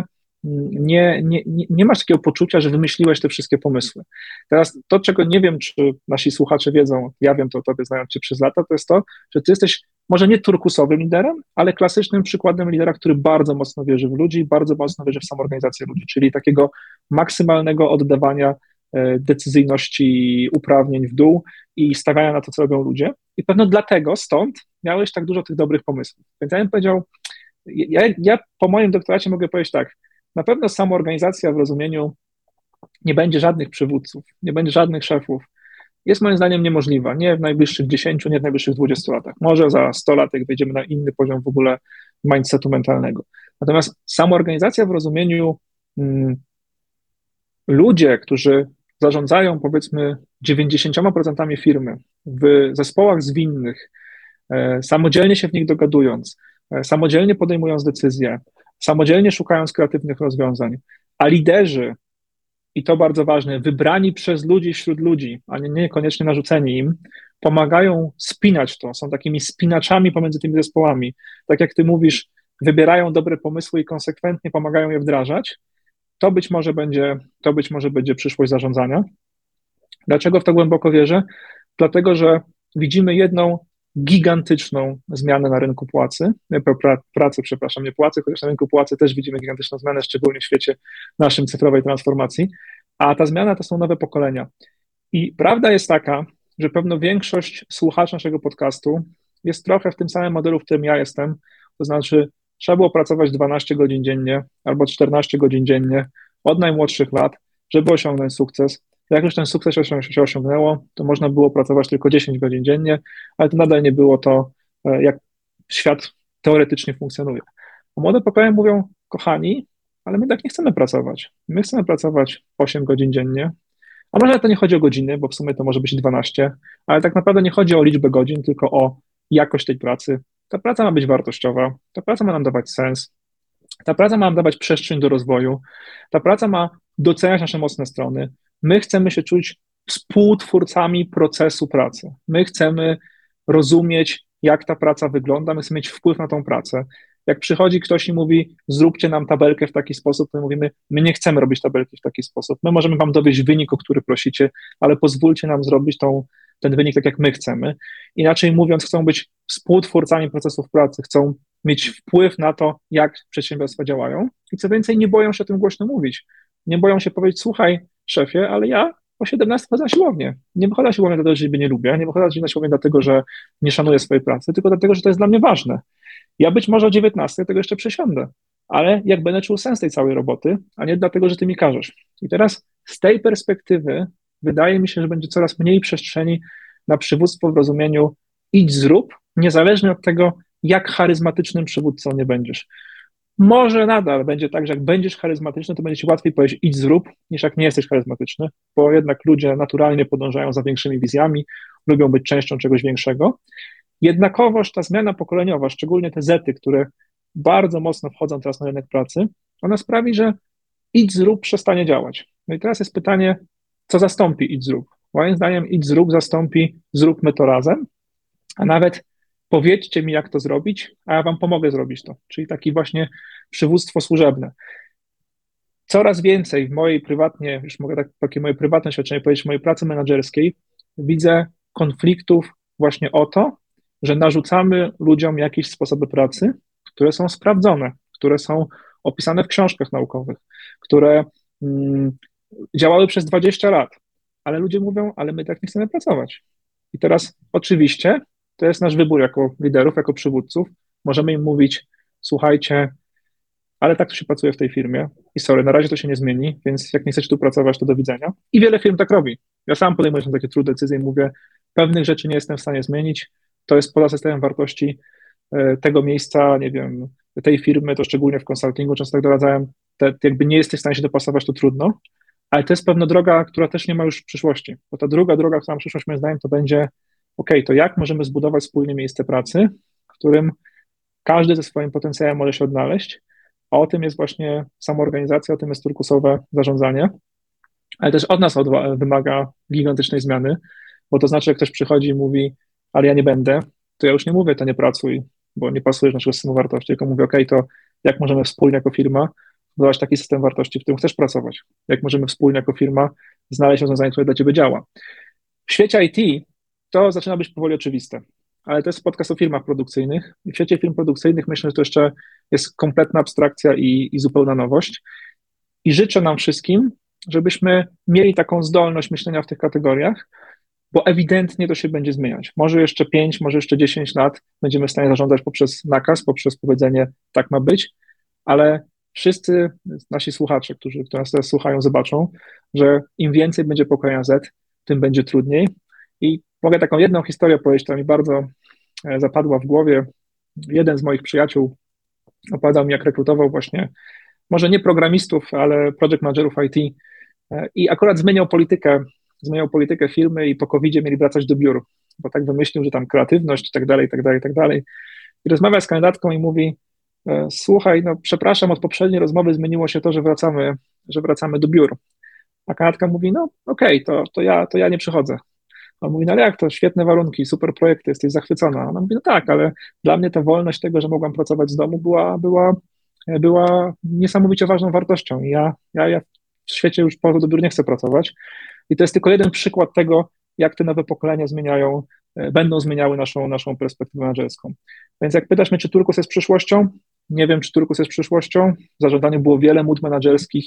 nie masz takiego poczucia, że wymyśliłeś te wszystkie pomysły. Teraz to, czego nie wiem, czy nasi słuchacze wiedzą, ja wiem to o tobie, znając cię przez lata, to jest to, że ty jesteś może nie turkusowym liderem, ale klasycznym przykładem lidera, który bardzo mocno wierzy w ludzi, bardzo mocno wierzy w samoorganizację ludzi, czyli takiego maksymalnego oddawania decyzyjności, uprawnień w dół i stawiania na to, co robią ludzie. I pewno dlatego stąd miałeś tak dużo tych dobrych pomysłów. Więc ja bym powiedział, ja po moim doktoracie mogę powiedzieć tak, na pewno samoorganizacja w rozumieniu nie będzie żadnych przywódców, nie będzie żadnych szefów, jest moim zdaniem niemożliwa. Nie w najbliższych 10, nie w najbliższych 20 latach. Może za 100 lat, jak wejdziemy na inny poziom w ogóle mindsetu mentalnego. Natomiast samoorganizacja w rozumieniu ludzie, którzy zarządzają powiedzmy 90% firmy w zespołach zwinnych, samodzielnie się w nich dogadując, samodzielnie podejmując decyzje, samodzielnie szukając kreatywnych rozwiązań, a liderzy, i to bardzo ważne, wybrani przez ludzi wśród ludzi, a niekoniecznie narzuceni im, pomagają spinać to, są takimi spinaczami pomiędzy tymi zespołami. Tak jak ty mówisz, wybierają dobre pomysły i konsekwentnie pomagają je wdrażać, to być może będzie przyszłość zarządzania. Dlaczego w to głęboko wierzę? Dlatego, że widzimy jedną gigantyczną zmianę na rynku pracy, nie płacy, chociaż na rynku płacy też widzimy gigantyczną zmianę, szczególnie w świecie naszym cyfrowej transformacji, a ta zmiana to są nowe pokolenia. I prawda jest taka, że pewno większość słuchaczy naszego podcastu jest trochę w tym samym modelu, w którym ja jestem, to znaczy trzeba było pracować 12 godzin dziennie albo 14 godzin dziennie od najmłodszych lat, żeby osiągnąć sukces. Jak już ten sukces się osiągnęło, to można było pracować tylko 10 godzin dziennie, ale to nadal nie było to, jak świat teoretycznie funkcjonuje. A młode pokolenia mówią, kochani, ale my tak nie chcemy pracować. My chcemy pracować 8 godzin dziennie, a może to nie chodzi o godziny, bo w sumie to może być 12, ale tak naprawdę nie chodzi o liczbę godzin, tylko o jakość tej pracy. Ta praca ma być wartościowa, ta praca ma nam dawać sens, ta praca ma nam dawać przestrzeń do rozwoju, ta praca ma doceniać nasze mocne strony. My chcemy się czuć współtwórcami procesu pracy. My chcemy rozumieć, jak ta praca wygląda, my chcemy mieć wpływ na tą pracę. Jak przychodzi ktoś i mówi, zróbcie nam tabelkę w taki sposób, to my mówimy, my nie chcemy robić tabelki w taki sposób. My możemy wam dowieść wynik, o który prosicie, ale pozwólcie nam zrobić ten wynik tak, jak my chcemy. Inaczej mówiąc, chcą być współtwórcami procesów pracy, chcą mieć wpływ na to, jak przedsiębiorstwa działają i co więcej, nie boją się o tym głośno mówić. Nie boją się powiedzieć, słuchaj, szefie, ale ja o 17 chodzę na siłownię. Nie wychodzę na siłownię dlatego, że siebie nie lubię, nie wychodzę na siłownię dlatego, że nie szanuję swojej pracy, tylko dlatego, że to jest dla mnie ważne. Ja być może o 19 tego jeszcze przesiądę, ale jak będę czuł sens tej całej roboty, a nie dlatego, że ty mi każesz. I teraz z tej perspektywy wydaje mi się, że będzie coraz mniej przestrzeni na przywództwo w rozumieniu idź zrób, niezależnie od tego, jak charyzmatycznym przywódcą nie będziesz. Może nadal będzie tak, że jak będziesz charyzmatyczny, to będzie ci łatwiej powiedzieć idź zrób, niż jak nie jesteś charyzmatyczny, bo jednak ludzie naturalnie podążają za większymi wizjami, lubią być częścią czegoś większego. Jednakowoż ta zmiana pokoleniowa, szczególnie te zety, które bardzo mocno wchodzą teraz na rynek pracy, ona sprawi, że idź zrób przestanie działać. No i teraz jest pytanie, co zastąpi idź zrób? Moim zdaniem idź zrób zastąpi zróbmy to razem, a nawet powiedzcie mi, jak to zrobić, a ja wam pomogę zrobić to. Czyli taki właśnie przywództwo służebne. Coraz więcej w mojej prywatnie, już mogę takie moje prywatne świadczenie powiedzieć, w mojej pracy menedżerskiej, widzę konfliktów właśnie o to, że narzucamy ludziom jakieś sposoby pracy, które są sprawdzone, które są opisane w książkach naukowych, które działały przez 20 lat, ale ludzie mówią, ale my tak nie chcemy pracować. I teraz oczywiście to jest nasz wybór jako liderów, jako przywódców. Możemy im mówić, słuchajcie, ale tak to się pracuje w tej firmie i sorry, na razie to się nie zmieni, więc jak nie chcecie tu pracować, to do widzenia. I wiele firm tak robi. Ja sam podejmuję takie trudne decyzje i mówię, pewnych rzeczy nie jestem w stanie zmienić, to jest poza systemem wartości tego miejsca, nie wiem, tej firmy, to szczególnie w konsultingu często tak doradzałem, jakby nie jesteś w stanie się dopasować, to trudno, ale to jest pewna droga, która też nie ma już przyszłości, bo ta druga droga, która ma przyszłość moim zdaniem, to będzie to jak możemy zbudować wspólnie miejsce pracy, w którym każdy ze swoim potencjałem może się odnaleźć, a o tym jest właśnie samoorganizacja, o tym jest turkusowe zarządzanie, ale też od nas wymaga gigantycznej zmiany, bo to znaczy, jak ktoś przychodzi i mówi, ale ja nie będę, to ja już nie mówię, to nie pracuj, bo nie pasujesz do naszego systemu wartości, tylko mówię, to jak możemy wspólnie jako firma budować taki system wartości, w którym chcesz pracować, jak możemy wspólnie jako firma znaleźć rozwiązanie, które dla ciebie działa. W świecie IT to zaczyna być powoli oczywiste, ale to jest podcast o firmach produkcyjnych i w świecie firm produkcyjnych myślę, że to jeszcze jest kompletna abstrakcja i zupełna nowość i życzę nam wszystkim, żebyśmy mieli taką zdolność myślenia w tych kategoriach, bo ewidentnie to się będzie zmieniać. Może jeszcze 5, może jeszcze 10 lat będziemy w stanie zarządzać poprzez nakaz, poprzez powiedzenie tak ma być, ale wszyscy nasi słuchacze, którzy nas teraz słuchają, zobaczą, że im więcej będzie pokolenia Z, tym będzie trudniej. I mogę taką jedną historię powiedzieć, która mi bardzo zapadła w głowie. Jeden z moich przyjaciół opowiadał mi, jak rekrutował właśnie, może nie programistów, ale project managerów IT i akurat zmieniał politykę firmy i po COVID-zie mieli wracać do biur, bo tak wymyślił, że tam kreatywność i tak dalej, i tak dalej, i tak dalej. I rozmawia z kandydatką i mówi, słuchaj, no przepraszam, od poprzedniej rozmowy zmieniło się to, że wracamy do biur. A kandydatka mówi, no okej, to ja nie przychodzę. On mówi, no ale jak to, świetne warunki, super projekty, jesteś zachwycona. Ona mówi, no tak, ale dla mnie ta wolność tego, że mogłam pracować z domu była niesamowicie ważną wartością. I ja w świecie już po do biur nie chcę pracować. I to jest tylko jeden przykład tego, jak te nowe pokolenia będą zmieniały naszą perspektywę menedżerską. Więc jak pytasz mnie, czy Turkus jest przyszłością? Nie wiem, czy Turkus jest przyszłością. W zarządzaniu było wiele mód menedżerskich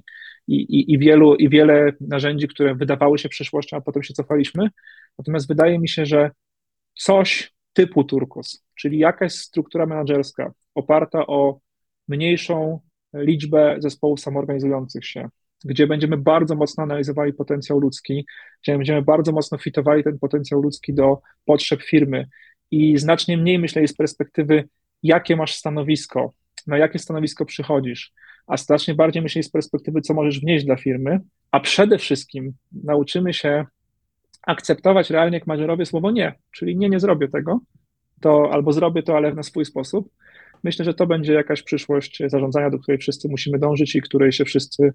i wiele narzędzi, które wydawały się przyszłością, a potem się cofaliśmy. Natomiast wydaje mi się, że coś typu Turkus, czyli jakaś struktura menedżerska oparta o mniejszą liczbę zespołów samoorganizujących się, gdzie będziemy bardzo mocno analizowali potencjał ludzki, gdzie będziemy bardzo mocno fitowali ten potencjał ludzki do potrzeb firmy i znacznie mniej myśleli z perspektywy, jakie masz stanowisko, na jakie stanowisko przychodzisz, a znacznie bardziej myśleli z perspektywy, co możesz wnieść dla firmy, a przede wszystkim nauczymy się akceptować realnie jak menedżerowie słowo nie, czyli nie zrobię tego, albo zrobię to, ale na swój sposób. Myślę, że to będzie jakaś przyszłość zarządzania, do której wszyscy musimy dążyć i której się wszyscy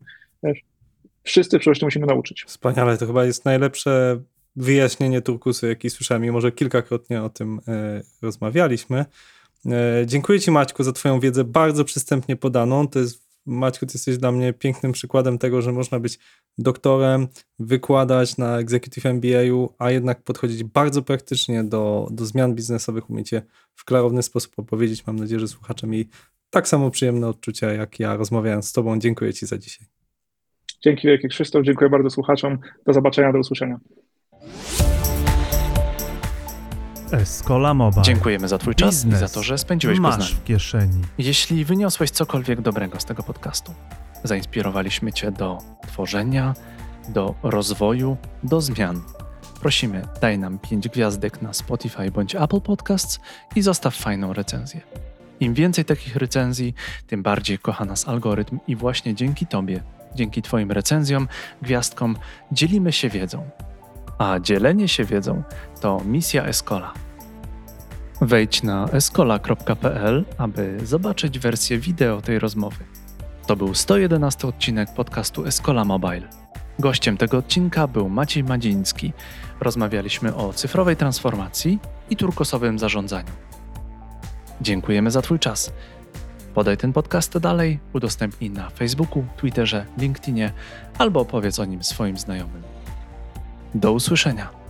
w przyszłości musimy nauczyć. Wspaniale, to chyba jest najlepsze wyjaśnienie Turkusu, jakie słyszałem, mimo że kilkakrotnie o tym rozmawialiśmy. Dziękuję Ci, Maćku, za Twoją wiedzę bardzo przystępnie podaną. Maćku, ty jesteś dla mnie pięknym przykładem tego, że można być doktorem, wykładać na Executive MBA-u, a jednak podchodzić bardzo praktycznie do zmian biznesowych, umiecie w klarowny sposób opowiedzieć. Mam nadzieję, że słuchacze mieli tak samo przyjemne odczucia, jak ja rozmawiając z Tobą. Dziękuję Ci za dzisiaj. Dzięki wielkie, Krzysztof. Dziękuję bardzo słuchaczom. Do zobaczenia, do usłyszenia. Escola Mobile. Dziękujemy za Twój czas Biznes i za to, że spędziłeś go z masz nami. w kieszeni. Jeśli wyniosłeś cokolwiek dobrego z tego podcastu, zainspirowaliśmy Cię do tworzenia, do rozwoju, do zmian. Prosimy, daj nam 5 gwiazdek na Spotify bądź Apple Podcasts i zostaw fajną recenzję. Im więcej takich recenzji, tym bardziej kocha nas algorytm i właśnie dzięki Tobie, dzięki Twoim recenzjom, gwiazdkom dzielimy się wiedzą. A dzielenie się wiedzą to misja Escola. Wejdź na escola.pl, aby zobaczyć wersję wideo tej rozmowy. To był 111 odcinek podcastu Escola Mobile. Gościem tego odcinka był Maciej Madziński. Rozmawialiśmy o cyfrowej transformacji i turkusowym zarządzaniu. Dziękujemy za Twój czas. Podaj ten podcast dalej, udostępnij na Facebooku, Twitterze, LinkedInie albo opowiedz o nim swoim znajomym. Do usłyszenia.